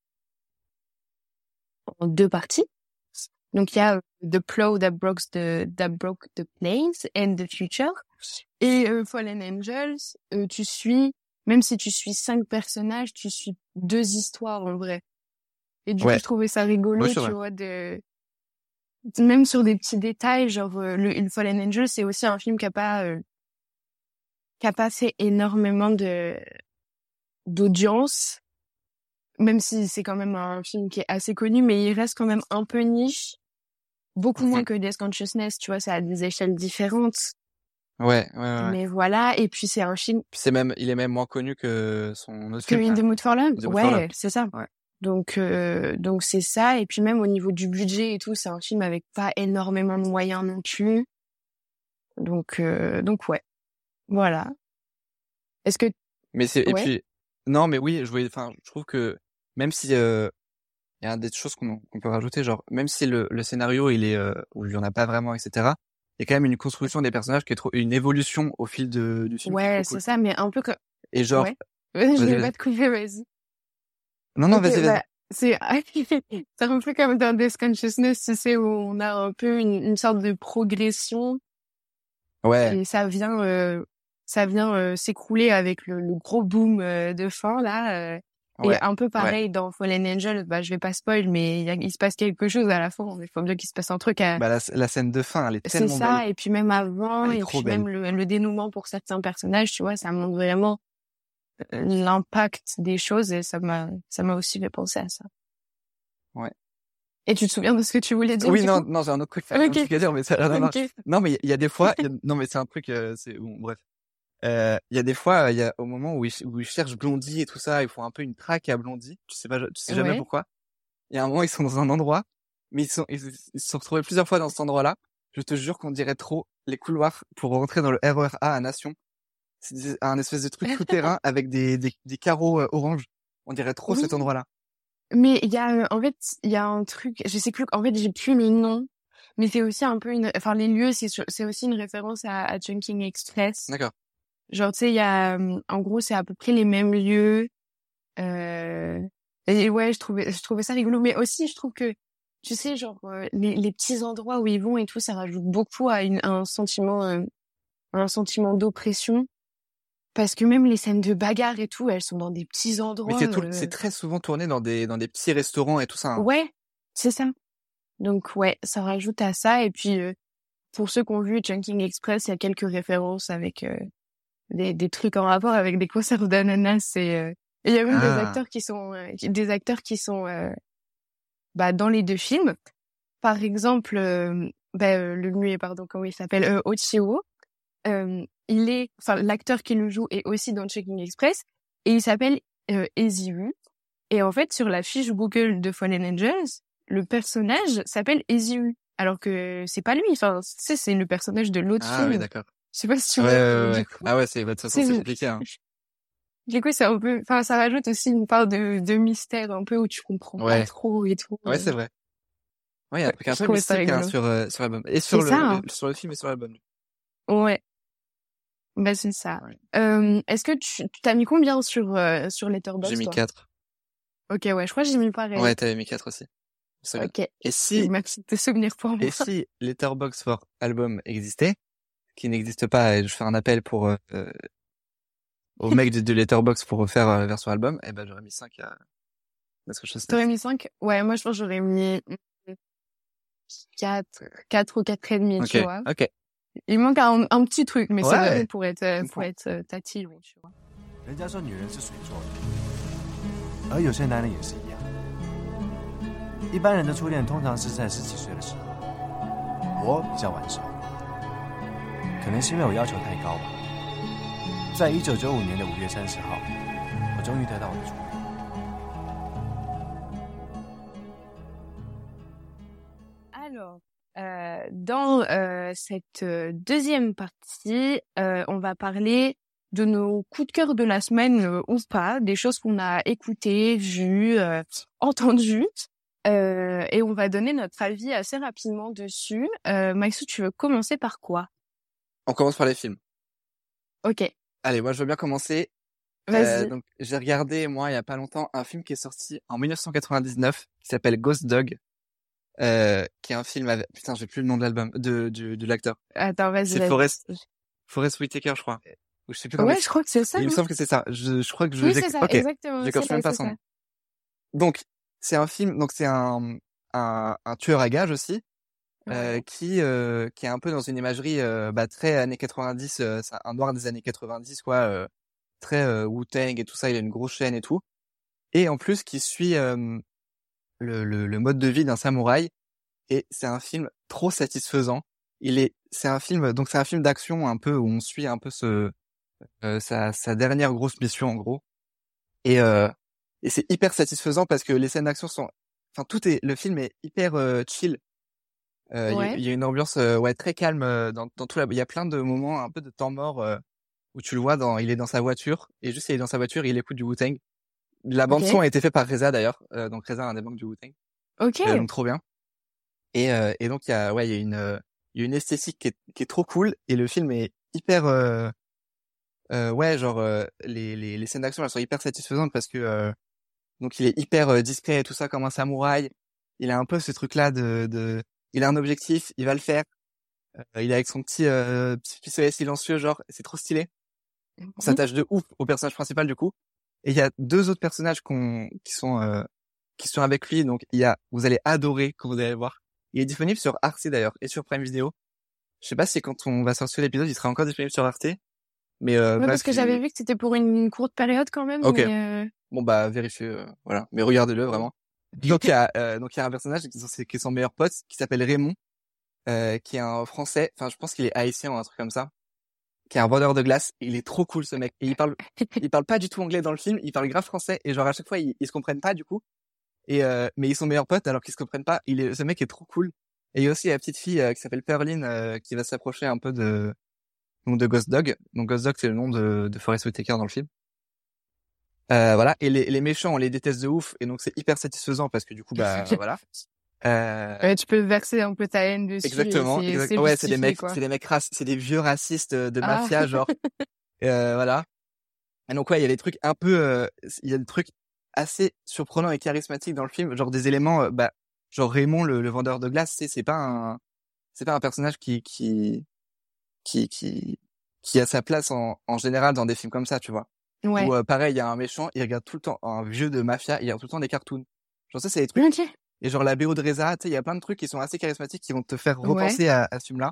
en deux parties. Donc, il y a euh, The Plow that broke the, that broke the plains and the future. Et euh, Fallen Angels, euh, tu suis, même si tu suis cinq personnages, tu suis deux histoires en vrai. Et du coup, Ouais. je trouvais ça rigolo, Ouais, c'est tu vrai. vois, de même sur des petits détails, genre euh, le, le Fallen Angels, c'est aussi un film qui a pas euh, qui a pas fait énormément de d'audience, même si c'est quand même un film qui est assez connu, mais il reste quand même un peu niche, beaucoup moins Mhm. que Death Consciousness, tu vois, c'est à des échelles différentes. Ouais, ouais, ouais. Mais voilà, et puis c'est un film Puis c'est même, il est même moins connu que son autre que film. In the là. Mood for Love. In the Mood for Ouais, Love. c'est ça. Ouais. Donc euh, donc c'est ça, et puis même au niveau du budget et tout, c'est un film avec pas énormément de moyens non plus. Donc euh, donc ouais. Voilà. Est-ce que Mais c'est, et ouais. puis, non, mais oui, je voulais, enfin, je trouve que, même si, euh, il y a des choses qu'on, qu'on peut rajouter, genre, même si le, le scénario, il est, euh, où il y en a pas vraiment, et cetera, il y a quand même une construction des personnages qui est trop, une évolution au fil de, du film qui est Ouais, trop c'est cool. ça, mais un peu comme Et genre, ouais. Je vas-y, voulais vas-y. pas te couper, vas-y. Non, non, Ok, vas-y, vas-y. bah, c'est c'est un peu comme dans Death Consciousness, tu sais, où on a un peu une, une sorte de progression Ouais, et ça vient euh, ça vient euh, s'écrouler avec le, le gros boom euh, de fin là. euh. Et ouais, un peu ouais. pareil dans Fallen Angel, bah je vais pas spoil, mais il, y a- il se passe quelque chose à la fin. Il faut bien qu'il se passe un truc. À... Bah, la, la scène de fin, elle est C'est tellement belle. ça, et puis même avant, Elle est et trop puis belle. même le, le dénouement pour certains personnages, tu vois, ça montre vraiment euh, l'impact des choses et ça m'a ça m'a aussi fait penser à ça. Ouais. Et tu te souviens de ce que tu voulais dire Oui, du non, coup? non, j'ai un autre truc, un Ok, truc à dire, mais ça n'a rien à voir. ok. Non, mais il y, a- il y a des fois, il y a- non, mais c'est un truc, euh, c'est, bon, bref. Euh, Il y a des fois, il y a au moment où ils, où ils cherchent Blondie et tout ça, ils font un peu une traque à Blondie. Tu sais pas, tu sais jamais Ouais. pourquoi. Il y a un moment, ils sont dans un endroit, mais ils sont, ils, ils se sont retrouvés plusieurs fois dans cet endroit-là. Je te jure qu'on dirait trop les couloirs pour rentrer dans le R E R A à Nation. C'est des- un espèce de truc souterrain avec des, des, des carreaux euh, orange. On dirait trop Oui. cet endroit-là. Mais il y a, euh, en fait, il y a un truc, je sais plus, en fait, j'ai plus le nom, mais c'est aussi un peu une, enfin, les lieux, c'est, sur- c'est aussi une référence à, à Chungking Express. D'accord. Genre, tu sais, il y a, euh, en gros, c'est à peu près les mêmes lieux. Euh, et ouais, je trouvais, je trouvais ça rigolo. Mais aussi, je trouve que, tu sais, genre, euh, les, les petits endroits où ils vont et tout, ça rajoute beaucoup à une, à un sentiment, euh, un sentiment d'oppression. Parce que même les scènes de bagarre et tout, elles sont dans des petits Mais endroits. c'est tout, euh, c'est très souvent tourné dans des, dans des petits restaurants et tout ça. Hein. Ouais, c'est ça. Donc ouais, ça rajoute à ça. Et puis, euh, pour ceux qui ont vu Chungking Express, il y a quelques références avec euh, des, des trucs en rapport avec des conserves d'ananas. Et euh, et il y a même des Ah. acteurs qui sont, euh, qui- des acteurs qui sont euh, bah, dans les deux films. Par exemple, euh, bah, euh, le muet, pardon, comment il s'appelle, euh, Ochio. Euh, il est, enfin, l'acteur qui le joue est aussi dans Chungking Express et il s'appelle euh, Eziu. Et en fait, sur la fiche Google de Fallen Angels, le personnage s'appelle Eziu, alors que c'est pas lui. Enfin, tu sais, c'est le personnage de l'autre Ah oui, film. d'accord. Je sais pas si tu Ouais, vois. ouais, mais ouais. Du coup, Ah ouais, c'est, bah, de toute façon, c'est c'est compliqué, hein. du coup, c'est un peu, enfin, ça rajoute aussi une part de, de mystère un peu où tu comprends pas Ouais. trop et tout. Ouais, c'est vrai. Ouais, il y a un Ouais, truc un je peu trouvais ça mystique, hein, rigolo. sur, euh, sur l'album. Et sur C'est le, ça, hein. le- sur le film et sur l'album. Ouais. Bah, c'est ça. Ouais. Euh, est-ce que tu, tu t'as mis combien sur, euh, sur J'ai Letterboxd, mis toi? quatre. Ok, ouais, je crois que j'ai mis pareil. Ouais, t'avais mis quatre aussi. C'est bien. Ok. Et si, Merci de te souvenir pour moi. et si Letterboxd for Album existait, qui n'existe pas, et je fais un appel pour, euh, euh, au mec de, de Letterboxd pour refaire euh, la version album, eh ben, j'aurais mis cinq à, parce que je sais. T'aurais mis cinq? Ouais, moi, je pense que j'aurais mis quatre, quatre ou quatre et demi, Ok, tu vois. ok. Il manque un, un petit truc, mais c'est Ouais, vraiment pour être, euh, je pour comprends. être euh, tatillon, tu vois. 人家说女人是水做的，而有些男人也是一样。一般人的初恋通常是在十几岁的时候，我比较晚熟，可能是因为我要求太高吧。在一九九五年的五月三十号，我终于得到我的初恋。 Alors, euh, dans euh, cette euh, deuxième partie, euh, on va parler de nos coups de cœur de la semaine euh, ou pas, des choses qu'on a écoutées, vues, euh, entendues, euh, et on va donner notre avis assez rapidement dessus. Euh, Maxou, tu veux commencer par quoi? On commence par les films. Ok, Allez, moi, je veux bien commencer. vas-y. Euh, donc, j'ai regardé, moi, il y a pas longtemps, un film qui est sorti en mille neuf cent quatre-vingt-dix-neuf, qui s'appelle Ghost Dog, euh, qui est un film avec, putain, j'ai plus le nom de l'album, de, du, de l'acteur. Attends, vas-y, C'est vas-y. Forrest, Forrest Whitaker, je crois. Ou je sais plus comment Ouais, il je crois que c'est ça. Il me hein. semble que c'est ça. Je, je crois que je, Oui, j'ai- c'est ça, ok. exactement. J'écorche c'est ça, même pas c'est son ça. nom. Donc, c'est un film, donc c'est un, un, un tueur à gages aussi, euh, Ouais. qui, euh, qui est un peu dans une imagerie, euh, bah, très années quatre-vingt-dix, euh, c'est un noir des années quatre-vingt-dix, quoi, euh, très, euh, Wu-Tang et tout ça, il a une grosse chaîne et tout. Et en plus, qui suit, euh, le, le, le mode de vie d'un samouraï. Et c'est un film trop satisfaisant. Il est, c'est un film, donc c'est un film d'action un peu où on suit un peu ce, euh, sa, sa dernière grosse mission en gros. Et, euh, et c'est hyper satisfaisant parce que les scènes d'action sont, enfin tout est, le film est hyper euh, chill. Euh, Il y a- Ouais. il y, a une ambiance euh, ouais très calme euh, dans, dans tout la, il y a plein de moments un peu de temps mort euh, où tu le vois dans, il est dans sa voiture et juste il est dans sa voiture, il écoute du Wu-Tang. La bande Ok. son a été faite par Reza d'ailleurs, euh, donc Reza un des membres du Wu-Tang, Ok. euh, donc trop bien. Et, euh, et donc il y a ouais il y a une euh, il y a une esthétique qui est, qui est trop cool et le film est hyper euh, euh, ouais genre euh, les, les les scènes d'action elles sont hyper satisfaisantes parce que euh, donc il est hyper euh, discret et tout ça comme un samouraï. Il a un peu ce truc là de de il a un objectif, il va le faire. Euh, il est avec son petit euh, petit pistolet silencieux genre c'est trop stylé. On s'attache de ouf au personnage principal du coup. Et il y a deux autres personnages qu'on qui sont euh, qui sont avec lui donc il y a vous allez adorer quand vous allez le voir. Il est disponible sur Arte d'ailleurs et sur Prime Video. Je sais pas si quand on va sortir l'épisode, il sera encore disponible sur Arte. Mais euh, Ouais, bref, parce que j'avais vu que c'était pour une, une courte période quand même. Ok. Mais euh... bon bah vérifiez, euh, voilà. Mais regardez-le vraiment. Donc il y a euh, donc il y a un personnage qui, est- qui est son meilleur pote, qui s'appelle Raymond, euh, qui est un Français. Enfin, je pense qu'il est haïtien ou un truc comme ça. qui est un vendeur de glace. Il est trop cool, ce mec. Et il parle, il parle pas du tout anglais dans le film. Il parle grave français. Et genre, à chaque fois, ils, ils se comprennent pas, du coup. Et, euh, mais ils sont meilleurs potes alors qu'ils se comprennent pas. Il est, ce mec est trop cool. Et il y a aussi la petite fille euh, qui s'appelle Perline, euh, qui va s'approcher un peu de, donc de Ghost Dog. Donc Ghost Dog, c'est le nom de, de Forest Whitaker dans le film. Euh, voilà. Et les, les méchants, on les déteste de ouf. Et donc c'est hyper satisfaisant parce que du coup, bah, voilà. Euh... Ouais, tu peux verser un peu ta haine dessus. Exactement. C'est, exact... c'est ouais, c'est des mecs, quoi. c'est des mecs raci- c'est des vieux racistes de Ah. mafia, genre. euh, voilà. Et donc ouais, il y a des trucs un peu, euh, il y a des trucs assez surprenants et charismatiques dans le film, genre des éléments, euh, bah, genre Raymond, le, le vendeur de glace, c'est, c'est pas un, c'est pas un personnage qui, qui, qui, qui, qui a sa place en, en général dans des films comme ça, tu vois. Ouais. Ou euh, pareil, il y a un méchant, il regarde tout le temps, un vieux de mafia, il regarde tout le temps des cartoons. Genre ça, c'est des trucs. Ok. Et genre la B O de Reza, tu sais, il y a plein de trucs qui sont assez charismatiques qui vont te faire Ouais. repenser à, à ce film-là.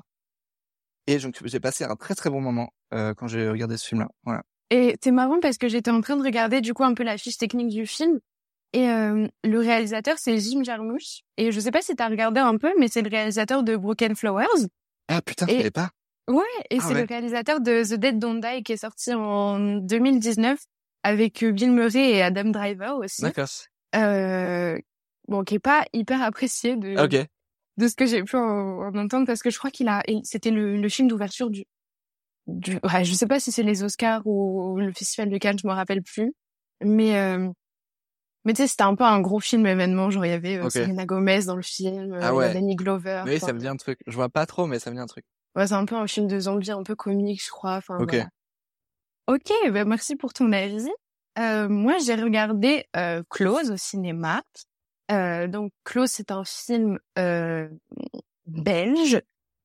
Et donc j'ai passé un très très bon moment euh, quand j'ai regardé ce film-là. Voilà. Et c'est marrant parce que j'étais en train de regarder du coup un peu la fiche technique du film. Et euh, le réalisateur, c'est Jim Jarmusch. Et je sais pas si t'as regardé un peu, mais c'est le réalisateur de Broken Flowers. Ah putain, Et- je savais pas. Ouais, et Ah c'est ouais. le réalisateur de The Dead Don't Die qui est sorti en deux mille dix-neuf avec euh, Bill Murray et Adam Driver aussi. D'accord. Euh, bon, qui est pas hyper apprécié de, Ok. de ce que j'ai pu en, en entendre parce que je crois qu'il a, il- c'était le, le film d'ouverture du, du, ouais, je sais pas si c'est les Oscars ou, ou le Festival de Cannes, je me rappelle plus. Mais, euh, mais tu sais, c'était un peu un gros film événement, genre il y avait euh, Ok. Selena Gomez dans le film, euh, Ah il y ouais. a Danny Glover. Oui, enfin, ça me dit un truc. Je vois pas trop, mais ça me dit un truc. ouais, c'est un peu un film de zombie, un peu comique, je crois. Enfin, Ok. voilà. Ok, ben merci pour ton avis. Euh, moi, j'ai regardé euh, Close au cinéma. Euh, donc, Close, c'est un film euh, belge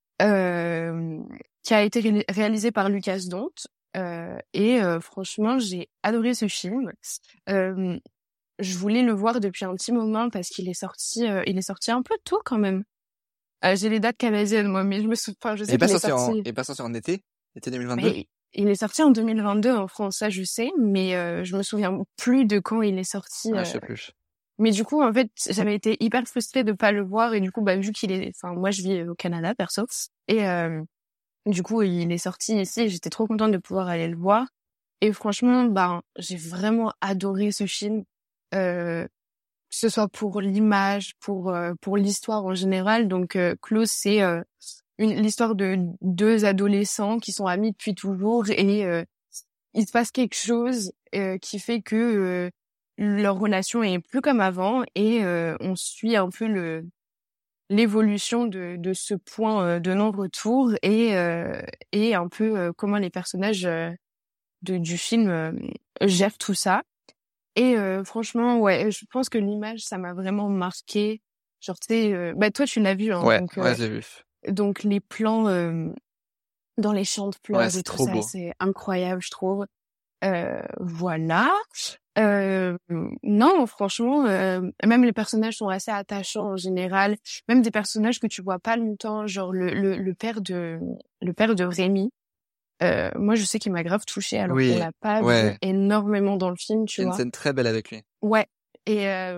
euh, qui a été ré- réalisé par Lucas Dont. Euh, et euh, franchement, j'ai adoré ce film. Euh, je voulais le voir depuis un petit moment parce qu'il est sorti, euh, il est sorti un peu tôt quand même. Euh, j'ai les dates canadiennes, moi, mais je me souviens, enfin, je Il sais est pas qu'il est sorti en, sorti. il est pas sorti en été, été deux mille vingt-deux. Mais il est sorti en deux mille vingt-deux en France, ça je sais, mais euh, je me souviens plus de quand il est sorti. Ah, euh. je sais plus. Mais du coup, en fait, j'avais été hyper frustrée de pas le voir et du coup, bah vu qu'il est, enfin moi je vis au Canada perso et euh, du coup il est sorti ici, et j'étais trop contente de pouvoir aller le voir et franchement, bah j'ai vraiment adoré ce film, euh, que ce soit pour l'image, pour euh, pour l'histoire en général. Donc euh, Close, c'est euh, une l'histoire de deux adolescents qui sont amis depuis toujours et euh, il se passe quelque chose euh, qui fait que euh, leur relation est plus comme avant et euh, on suit un peu le l'évolution de de ce point euh, de non-retour et euh, et un peu euh, comment les personnages euh, de du film euh, gèrent tout ça. Et euh, franchement, ouais, je pense que l'image, ça m'a vraiment marqué. Genre, tu sais, euh, bah toi, tu l'as vu, hein, Ouais, donc, euh, ouais, j'ai vu. donc les plans euh, dans les champs de fleurs Ouais, et c'est tout trop ça, beau. c'est incroyable, je trouve. Euh, voilà. Euh, non, franchement, euh, même les personnages sont assez attachants en général. Même des personnages que tu vois pas longtemps, genre le le, le père de le père de Rémi. Euh, moi, je sais qu'il m'a grave touchée alors Oui, qu'on l'a pas ouais. vu énormément dans le film, tu Il y a une vois. scène très belle avec lui. Ouais. Et euh,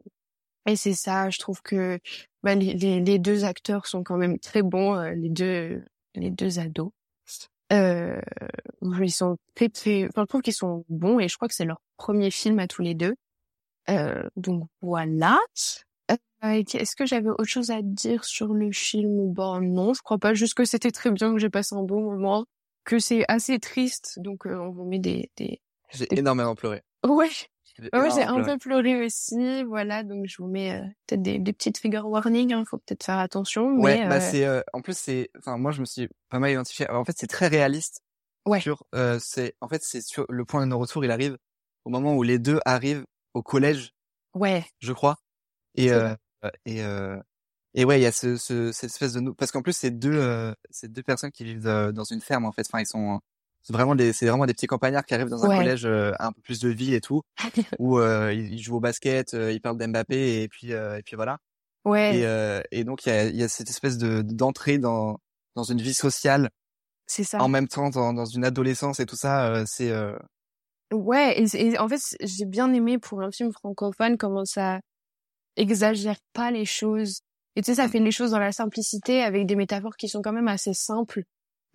et c'est ça, je trouve que bah, les, les les deux acteurs sont quand même très bons, euh, les deux les deux ados. Euh, ils sont très très, enfin, je trouve qu'ils sont bons et je crois que c'est leur premier film à tous les deux. Euh, donc voilà. Euh, est-ce que j'avais autre chose à dire sur le film? Bon, non, je crois pas. Juste que c'était très bien, que j'ai passé un bon moment, que c'est assez triste. Donc euh, on vous met des des. J'ai Des- énormément pleuré. Ouais. J'ai Ouais, j'ai énormément un pleuré. peu pleuré aussi, voilà, donc je vous mets euh, peut-être des, des petites trigger warnings, hein, faut peut-être faire attention, Ouais, mais bah euh, c'est, euh, en plus c'est, enfin moi je me suis pas mal identifié. En fait, c'est très réaliste. ouais, Sur, euh, c'est, en fait, c'est sur le point de non-retour. Il arrive au moment où les deux arrivent au collège, ouais, je crois. Et C'est euh, et euh, et ouais, il y a ce, ce cette espèce de nou- parce qu'en plus c'est deux euh, c'est deux personnes qui vivent euh, dans une ferme en fait. Enfin, ils sont c'est vraiment des c'est vraiment des petits campagnards qui arrivent dans un Ouais. collège euh, un peu plus de ville et tout, où euh, ils, ils jouent au basket, euh, ils parlent d'Mbappé et puis euh, et puis voilà. ouais, Et euh, et donc il y a il y a cette espèce de d'entrée dans dans une vie sociale c'est ça. en même temps dans dans une adolescence et tout ça. Euh, c'est euh, Ouais, et, c'est- et en fait, c'est- j'ai bien aimé pour un film francophone comment ça exagère pas les choses. Et tu sais, ça fait les choses dans la simplicité avec des métaphores qui sont quand même assez simples.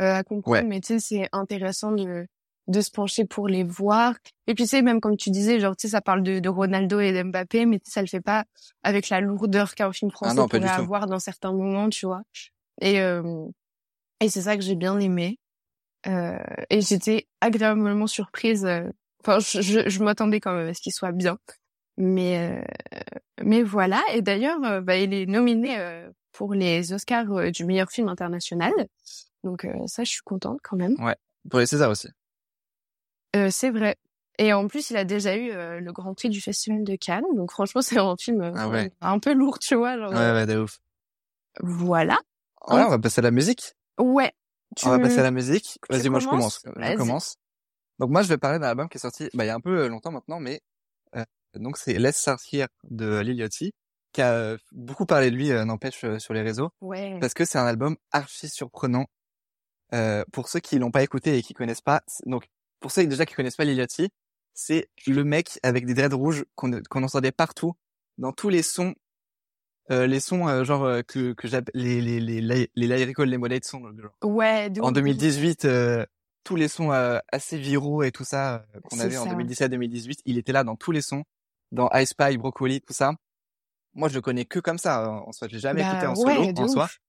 euh, à comprendre, Ouais. mais tu sais, c'est intéressant de de se pencher pour les voir. Et puis tu sais, même comme tu disais, genre tu sais, ça parle de, de Ronaldo et d'Mbappé, mais tu sais, ça le fait pas avec la lourdeur qu'un film Ah français non, pas du pourrait tout. avoir dans certains moments, tu vois. Et euh, et c'est ça que j'ai bien aimé. Euh, et j'étais agréablement surprise. euh, Enfin, je, je, je m'attendais quand même à ce qu'il soit bien. Mais euh, mais voilà. Et d'ailleurs, euh, bah, il est nominé euh, pour les Oscars euh, du meilleur film international. Donc euh, ça, je suis contente quand même. Ouais. Pour les Césars aussi. Euh, c'est vrai. Et en plus, il a déjà eu euh, le Grand Prix du Festival de Cannes. Donc franchement, c'est un film euh, Ah ouais. un peu lourd, tu vois. Genre, Ouais, euh, ouais, de ouf. voilà. Voilà, on va passer à la musique. Ouais. Tu On va passer à la musique. tu Vas-y, moi je commences commence. Je Vas-y. commence. Donc moi je vais parler d'un album qui est sorti bah, il y a un peu longtemps maintenant, mais euh, donc c'est Let's Start Here de Lil Yachty, qui a euh, beaucoup parlé de lui, euh, n'empêche, euh, sur les réseaux, Ouais. parce que c'est un album archi surprenant. Euh, pour ceux qui l'ont pas écouté et qui connaissent pas, c'est- donc pour ceux déjà qui connaissent pas Lil Yachty, c'est le mec avec des dreads rouges qu'on qu'on entendait partout dans tous les sons, euh, les sons euh, genre euh, que que j'appelle les les les les les Lyrical Lemonade sons, genre. Ouais, de En ouf, deux de mille ouf. dix-huit, euh, tous les sons euh, assez viraux et tout ça euh, qu'on C'est avait en ça. deux mille dix-sept deux mille dix-huit, il était là dans tous les sons, dans I Spy, Broccoli, tout ça. Moi, je le connais que comme ça. En en soi, je l'ai jamais écouté Bah en solo, ouais, de en soi. ouf.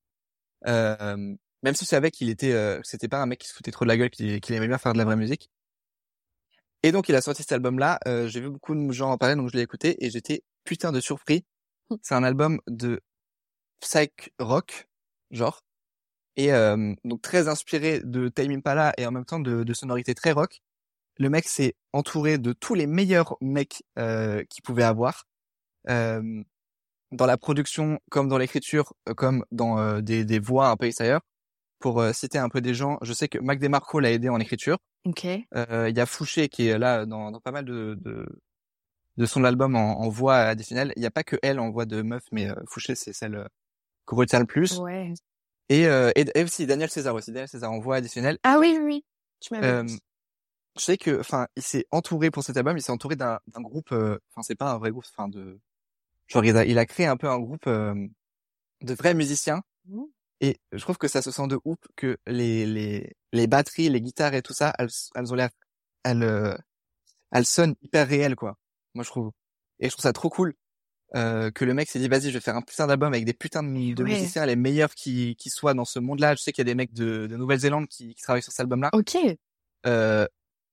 Euh, même si je savais qu'il était, euh, que c'était pas un mec qui se foutait trop de la gueule, qu'il qu'il aimait bien faire de la vraie musique. Et donc, il a sorti cet album-là. Euh, j'ai vu beaucoup de gens en parler, donc je l'ai écouté et j'étais putain de surpris. C'est un album de psych rock, genre. Et euh, donc très inspiré de Tame Impala et en même temps de, de sonorités très rock. Le mec s'est entouré de tous les meilleurs mecs euh, qu'il pouvait avoir, euh, dans la production comme dans l'écriture, euh, comme dans euh, des, des voix un peu extérieures. Pour euh, citer un peu des gens, je sais que Mac DeMarco l'a aidé en écriture. Ok. Euh, Il y a Fouché qui est là dans, dans pas mal de, de, de son album en, en voix additionnelle. Il n'y a pas que elle en voix de meuf, mais euh, Fouché c'est celle euh, qu'on retient le plus. Ouais. Et, euh, et, et aussi Daniel César aussi, Daniel César en voix additionnelle. Ah oui, oui, oui. Tu m'avais Euh, dit. je sais que, enfin, il s'est entouré pour cet album, il s'est entouré d'un, d'un groupe, enfin, euh, c'est pas un vrai groupe, enfin, de, genre, il a, il a créé un peu un groupe euh, de vrais musiciens, Mmh. et je trouve que ça se sent de ouf que les, les, les batteries, les guitares et tout ça, elles, elles ont l'air, elles, euh, elles sonnent hyper réelles, quoi. Moi, je trouve. Et je trouve ça trop cool, euh, que le mec s'est dit, vas-y, je vais faire un putain d'album avec des putains de, de Ouais. musiciens, les meilleurs qui, qui soient dans ce monde-là. Je sais qu'il y a des mecs de, de Nouvelle-Zélande qui, qui travaillent sur cet album-là. Ok. Euh,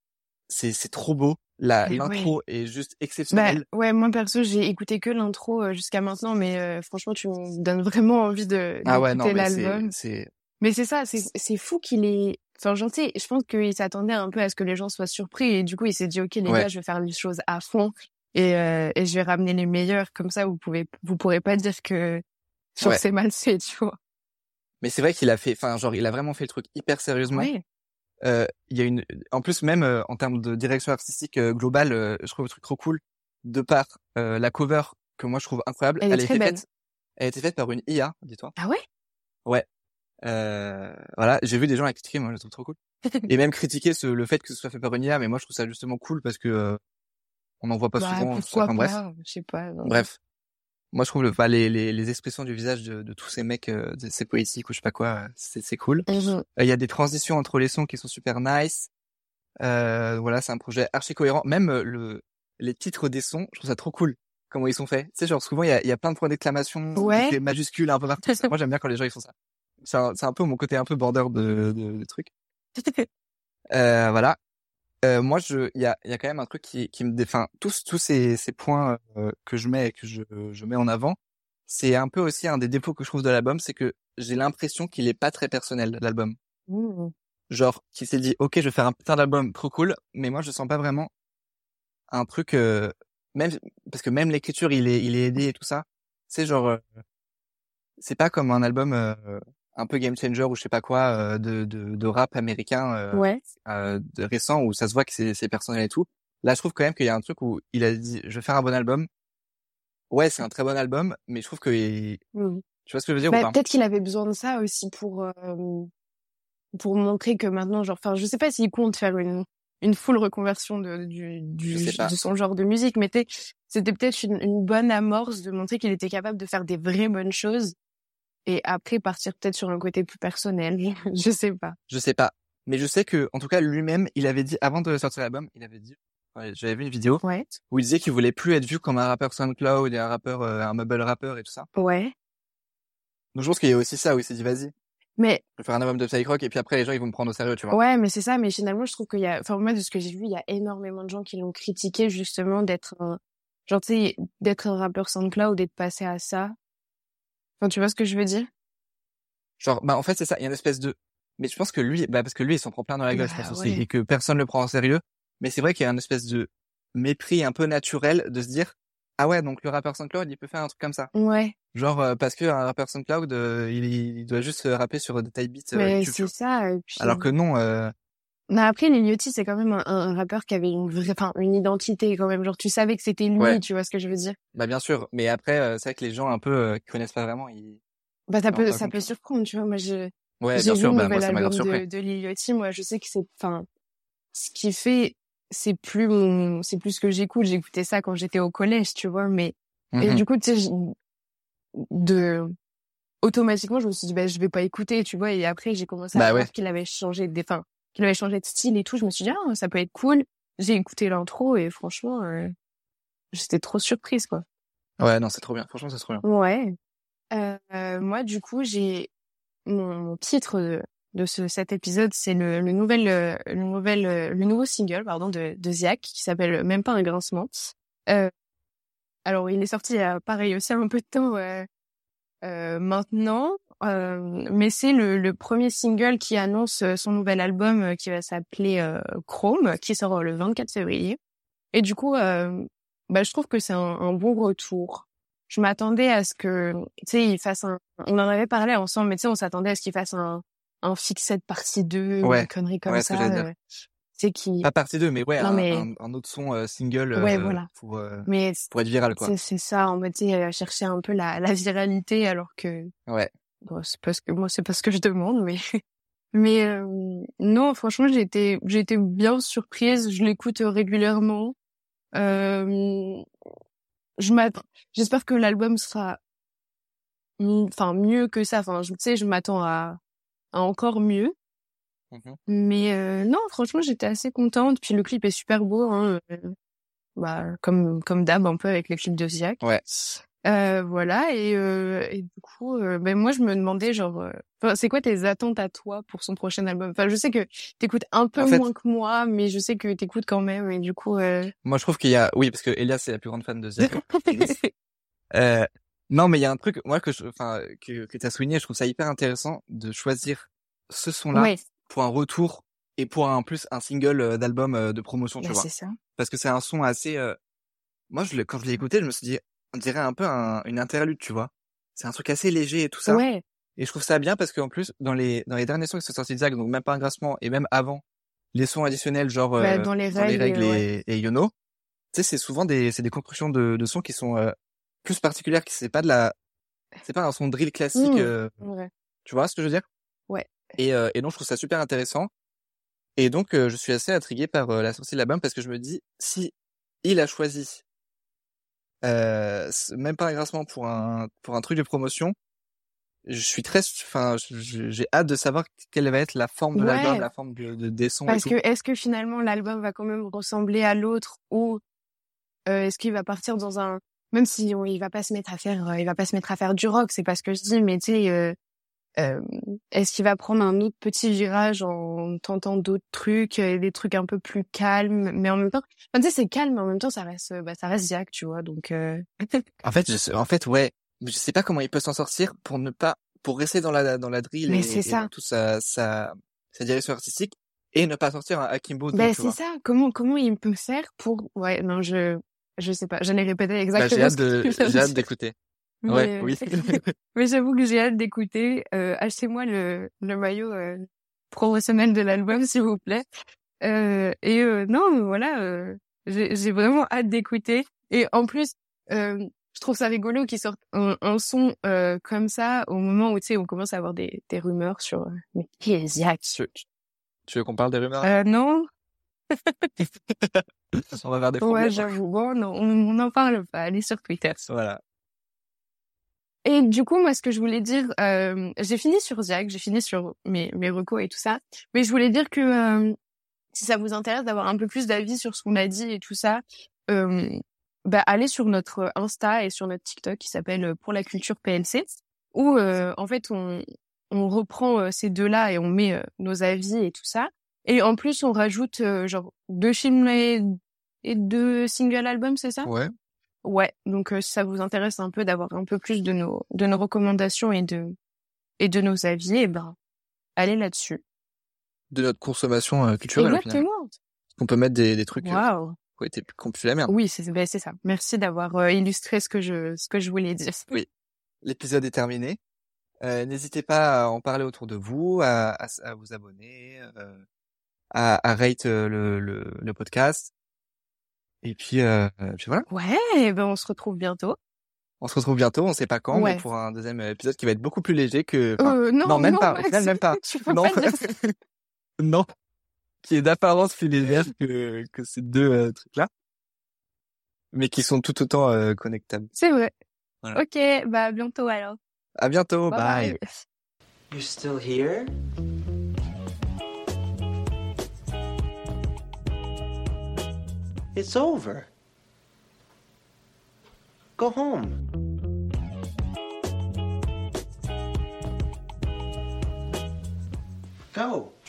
c'est c'est trop beau, la Mais l'intro ouais. est juste Bah exceptionnelle. ouais, moi perso, j'ai écouté que l'intro euh, jusqu'à maintenant, mais euh, franchement, tu me donnes vraiment envie de Ah ouais, non, d'écouter mais c'est l'album. c'est Mais c'est ça, c'est c'est fou qu'il ait. Enfin, genre, tu sais, je pense qu'il s'attendait un peu à ce que les gens soient surpris et du coup, il s'est dit, ok, les ouais, gars, je vais faire les choses à fond et euh, et je vais ramener les meilleurs. Comme ça, vous pouvez, vous pourrez pas dire que genre ouais. c'est mal fait, tu vois. Mais c'est vrai qu'il a fait, enfin genre il a vraiment fait le truc hyper sérieusement. Ouais. Euh, il y a une, en plus même euh, en termes de direction artistique euh, globale, euh, je trouve le truc trop cool. De par euh, la cover que moi je trouve incroyable, Elle est elle a très été belle. faite, elle a été faite par une I A, dis-toi. Ah ouais? Ouais. Euh, voilà, j'ai vu des gens la critiquer, moi je la trouve trop cool. Et même critiquer ce, le fait que ce soit fait par une I A, mais moi je trouve ça justement cool parce que euh, on n'en voit pas Bah souvent. pourquoi Enfin bref, pas? Je sais pas. non. bref. Moi, je trouve le, enfin, les, les, les expressions du visage de, de tous ces mecs, euh, de- c'est poétique ou je sais pas quoi, euh, c'est, c'est cool. Il Mhm. euh, y a des transitions entre les sons qui sont super nice. Euh, voilà, c'est un projet archi cohérent. Même euh, le, les titres des sons, je trouve ça trop cool. Comment ils sont faits. Tu sais, genre souvent il y a, il y a plein de points d'exclamation, Ouais. des majuscules un peu partout. Moi, j'aime bien quand les gens ils font ça. C'est un, c'est un peu mon côté un peu border de, de, de trucs. Euh, voilà. Euh, moi, je, il y a, il y a quand même un truc qui, qui me défend. Tous, tous ces, ces points euh, que je mets et que je, je mets en avant, c'est un peu aussi un des défauts que je trouve de l'album, c'est que j'ai l'impression qu'il est pas très personnel, l'album. Mhm. Genre, qu'il s'est dit, ok, je vais faire un putain d'album trop cool, mais moi, je sens pas vraiment un truc, euh, même, parce que même l'écriture, il est, il est aidé et tout ça. C'est genre, euh, c'est pas comme un album euh, un peu game changer ou je sais pas quoi euh, de, de, de rap américain euh, Ouais. euh, de récent où ça se voit que c'est, c'est personnel et tout. Là, je trouve quand même qu'il y a un truc où il a dit, je vais faire un bon album. Ouais, c'est un très bon album, mais je trouve que il- Mhm. tu vois ce que je veux dire ou Bah pas? peut-être qu'il avait besoin de ça aussi pour euh, pour montrer que maintenant, genre, enfin, je sais pas s'il compte faire une une full reconversion de du Je du sais pas. de son genre de musique, mais t'es- c'était peut-être une, une bonne amorce de montrer qu'il était capable de faire des vraies bonnes choses et après partir peut-être sur un côté plus personnel. Je sais pas. Je sais pas. Mais je sais que, en tout cas, lui-même, il avait dit, avant de sortir l'album, il avait dit, ouais, j'avais vu une vidéo Ouais. où il disait qu'il voulait plus être vu comme un rappeur SoundCloud et un rappeur, euh, un mumble rappeur et tout ça. Ouais. Donc je pense qu'il y a aussi ça où il s'est dit, vas-y, Mais je vais faire un album de psych rock et puis après les gens ils vont me prendre au sérieux, tu vois. ouais, mais c'est ça. Mais finalement, je trouve qu'il y a, enfin moi de ce que j'ai vu, il y a énormément de gens qui l'ont critiqué justement d'être, un... genre tu sais, d'être un rappeur SoundCloud et de passer à ça. Enfin, tu vois ce que je veux dire? Genre, bah en fait c'est ça, il y a une espèce de... Mais je pense que lui, bah parce que lui il s'en prend plein dans la gueule, Bah, je pense ouais. aussi, et que personne le prend au sérieux. Mais c'est vrai qu'il y a une espèce de mépris un peu naturel de se dire, ah ouais, donc le rappeur SoundCloud il peut faire un truc comme ça. Ouais. Genre euh, parce que un rappeur SoundCloud, euh, il, il doit juste euh, rapper sur des type beats euh, Mais YouTube. tu c'est vois. ça. Et puis... Alors que non, euh, Mais après, Lil Yachty, c'est quand même un, un rappeur qui avait une vraie, enfin, une identité quand même. Genre, tu savais que c'était lui, Ouais. tu vois ce que je veux dire? bah bien sûr. Mais après, euh, c'est vrai que les gens un peu euh, qui connaissent pas vraiment, ils Bah, ça s'en rendent peut, pas ça compte, peut tu vois. surprendre, tu vois. Moi, je, Ouais, j'ai bien vu sûr. le Bah moi nouvel ça m'a grave album de, surpris. de Lil Yachty. Moi, je sais que c'est, enfin, ce qu'il fait, c'est plus mon, c'est plus ce que j'écoute. J'écoutais ça quand j'étais au collège, tu vois. Mais, et Mhm. du coup, tu sais, j- de, automatiquement, je me suis dit, bah, je vais pas écouter, tu vois. Et après, j'ai commencé à Bah voir ouais. qu'il avait changé des, enfin, qu'il avait changé de style et tout. Je me suis dit, ah, ça peut être cool. J'ai écouté l'intro et franchement, euh, j'étais trop surprise, quoi. Ouais, non, c'est trop bien. Franchement, c'est trop bien. Ouais. Euh, euh, moi, du coup, j'ai mon, mon titre de, de ce, cet épisode, c'est le, le nouvel, euh, le nouvel, euh, le nouveau single, pardon, de, de Ziak, qui s'appelle Même pas un grincement. Euh, alors, il est sorti il y a, pareil, aussi un peu de temps euh, euh, maintenant, euh, mais c'est le, le premier single qui annonce euh, son nouvel album euh, qui va s'appeler euh, Chrome, qui sort euh, le vingt-quatre février. Et du coup, euh, bah, je trouve que c'est un, un bon retour. Je m'attendais à ce que, tu sais, il fasse un... On en avait parlé ensemble, mais tu sais, on s'attendait à ce qu'il fasse un, un Fixed partie deux ou une Ouais. connerie comme Ouais, ce que ça. j'allais dire. Euh, c'est qui... Pas partie deux, mais ouais, Non, un, mais... un, un autre son euh, single Ouais, euh, voilà. pour, euh, Mais pour être viral, quoi. c'est c'est ça, en mode, tu sais, euh, chercher un peu la, la viralité, alors que... Ouais. Bon, c'est pas ce que... Moi, c'est pas ce que je demande, mais... mais euh, non, franchement, j'ai été, j'ai été bien surprise. Je l'écoute régulièrement. Euh, je m'attends, j'espère que l'album sera, enfin, mieux que ça. Enfin, je tu sais, je m'attends à, à encore mieux. Mhm. Mais euh, non, franchement, j'étais assez contente. Puis le clip est super beau, hein. euh, Bah, comme comme d'hab, un peu avec les clips de Ziak. Ouais. Euh, voilà. Et, euh, et du coup, euh, ben moi, je me demandais genre, euh, enfin, c'est quoi tes attentes à toi pour son prochain album? Enfin, je sais que t'écoutes un peu En fait, moins que moi, mais je sais que t'écoutes quand même. Et du coup, euh... moi, je trouve qu'il y a... Oui, parce que Elias, c'est la plus grande fan de Ziak. euh, non, mais il y a un truc, moi, que je, enfin, que, que t'as souligné, je trouve ça hyper intéressant de choisir ce son-là ouais, pour un retour et pour un plus un single euh, d'album euh, de promotion, tu bah, vois. c'est ça. Parce que c'est un son assez... euh, Moi, je l'ai- quand je l'ai écouté, je me suis dit, on dirait un peu un, une interlude, tu vois. C'est un truc assez léger et tout ça. Ouais, Et je trouve ça bien parce qu'en plus, dans les, dans les derniers sons qui sont sortis de Ziak, donc même pas un grassement, et même avant, les sons additionnels, genre, bah, euh, dans les dans les règles, règles ouais. et, et Yono, tu sais, c'est souvent des, c'est des constructions de, de sons qui sont, euh, plus particulières, qui c'est pas de la, c'est pas un son drill classique, Mmh, euh, ouais. tu vois ce que je veux dire? Ouais. Et, euh, et donc, je trouve ça super intéressant. Et donc, euh, je suis assez intrigué par euh, la sortie de l'album parce que je me dis, si il a choisi, euh, c- même pas un grassement pour un, pour un truc de promotion, je suis très, enfin, je- j'ai hâte de savoir quelle va être la forme de l'album, Ouais, la forme de, de- des sons et parce tout. que est-ce que finalement l'album va quand même ressembler à l'autre ou euh, est-ce qu'il va partir dans un, même si on, il va pas se mettre à faire, euh, il va pas se mettre à faire du rock, c'est pas ce que je dis, mais tu sais, euh, euh, est-ce qu'il va prendre un autre petit virage en tentant d'autres trucs, euh, des trucs un peu plus calmes, mais en même temps, enfin, tu sais, c'est calme, mais en même temps, ça reste, euh, bah, ça reste Ziak, tu vois, donc. Euh... En fait, je sais, en fait, ouais, je sais pas comment il peut s'en sortir pour ne pas, pour rester dans la, dans la drill Mais et, c'est et dans ça. toute sa, sa, sa direction artistique et ne pas sortir un Akimbo deux, Ben tu c'est vois. ça. Comment comment il peut faire pour ouais non je je sais pas. J'allais répéter Bah, j'ai exactement hâte ce que de, tu viens de j'ai hâte dire. d'écouter. Ouais, Mais oui. mais j'avoue que j'ai hâte d'écouter. Euh, achetez-moi le le maillot euh, promotionnel de l'album s'il vous plaît. Euh, et euh, non voilà. Euh, j'ai j'ai vraiment hâte d'écouter. Et en plus euh, je trouve ça rigolo qu'ils sortent un, un son euh, comme ça au moment où tu sais on commence à avoir des des rumeurs sur euh, mais qui est Ziak? Tu, tu- tu veux qu'on parle des rumeurs? Euh, non. On va avoir des Ouais, problèmes. j'avoue. Bon, non, on on n'en parle pas. Allez sur Twitter. Voilà. Et du coup, moi, ce que je voulais dire, euh, j'ai fini sur Ziak, j'ai fini sur mes, mes recos et tout ça. Mais je voulais dire que euh, si ça vous intéresse d'avoir un peu plus d'avis sur ce qu'on a dit et tout ça, euh, bah, allez sur notre Insta et sur notre TikTok qui s'appelle Pour la culture P L C, où euh, en fait, on, on reprend euh, ces deux-là et on met euh, nos avis et tout ça. Et en plus, on rajoute euh, genre deux films et, et deux single albums, c'est ça? Ouais. Ouais, donc euh, si ça vous intéresse un peu d'avoir un peu plus de nos de nos recommandations et de et de nos avis, et ben allez là-dessus. De notre consommation euh, culturelle, au final. Exactement. On peut mettre des, des trucs euh, Waouh. qui ont été plus qu'on pue la merde. Oui, c'est ben, c'est ça. Merci d'avoir euh, illustré ce que je ce que je voulais dire. Oui. L'épisode est terminé. Euh, n'hésitez pas à en parler autour de vous, à, à, à vous abonner, euh, à, à rate euh, le, le, le podcast. Et puis, euh, puis voilà. Ouais, ben on se retrouve bientôt. On se retrouve bientôt, on sait pas quand, Ouais. mais pour un deuxième épisode qui va être beaucoup plus léger que... enfin, Euh, non, non, même non, pas. Au Max, final, même pas. tu peux Non. pas dire ça. Non. Qui est d'apparence plus légère que, que ces deux euh, trucs-là. Mais qui sont tout autant euh, connectables. C'est vrai. Voilà. Ok, bah à bientôt alors. À bientôt, bye. Bye. You're still here? It's over. Go home. Go.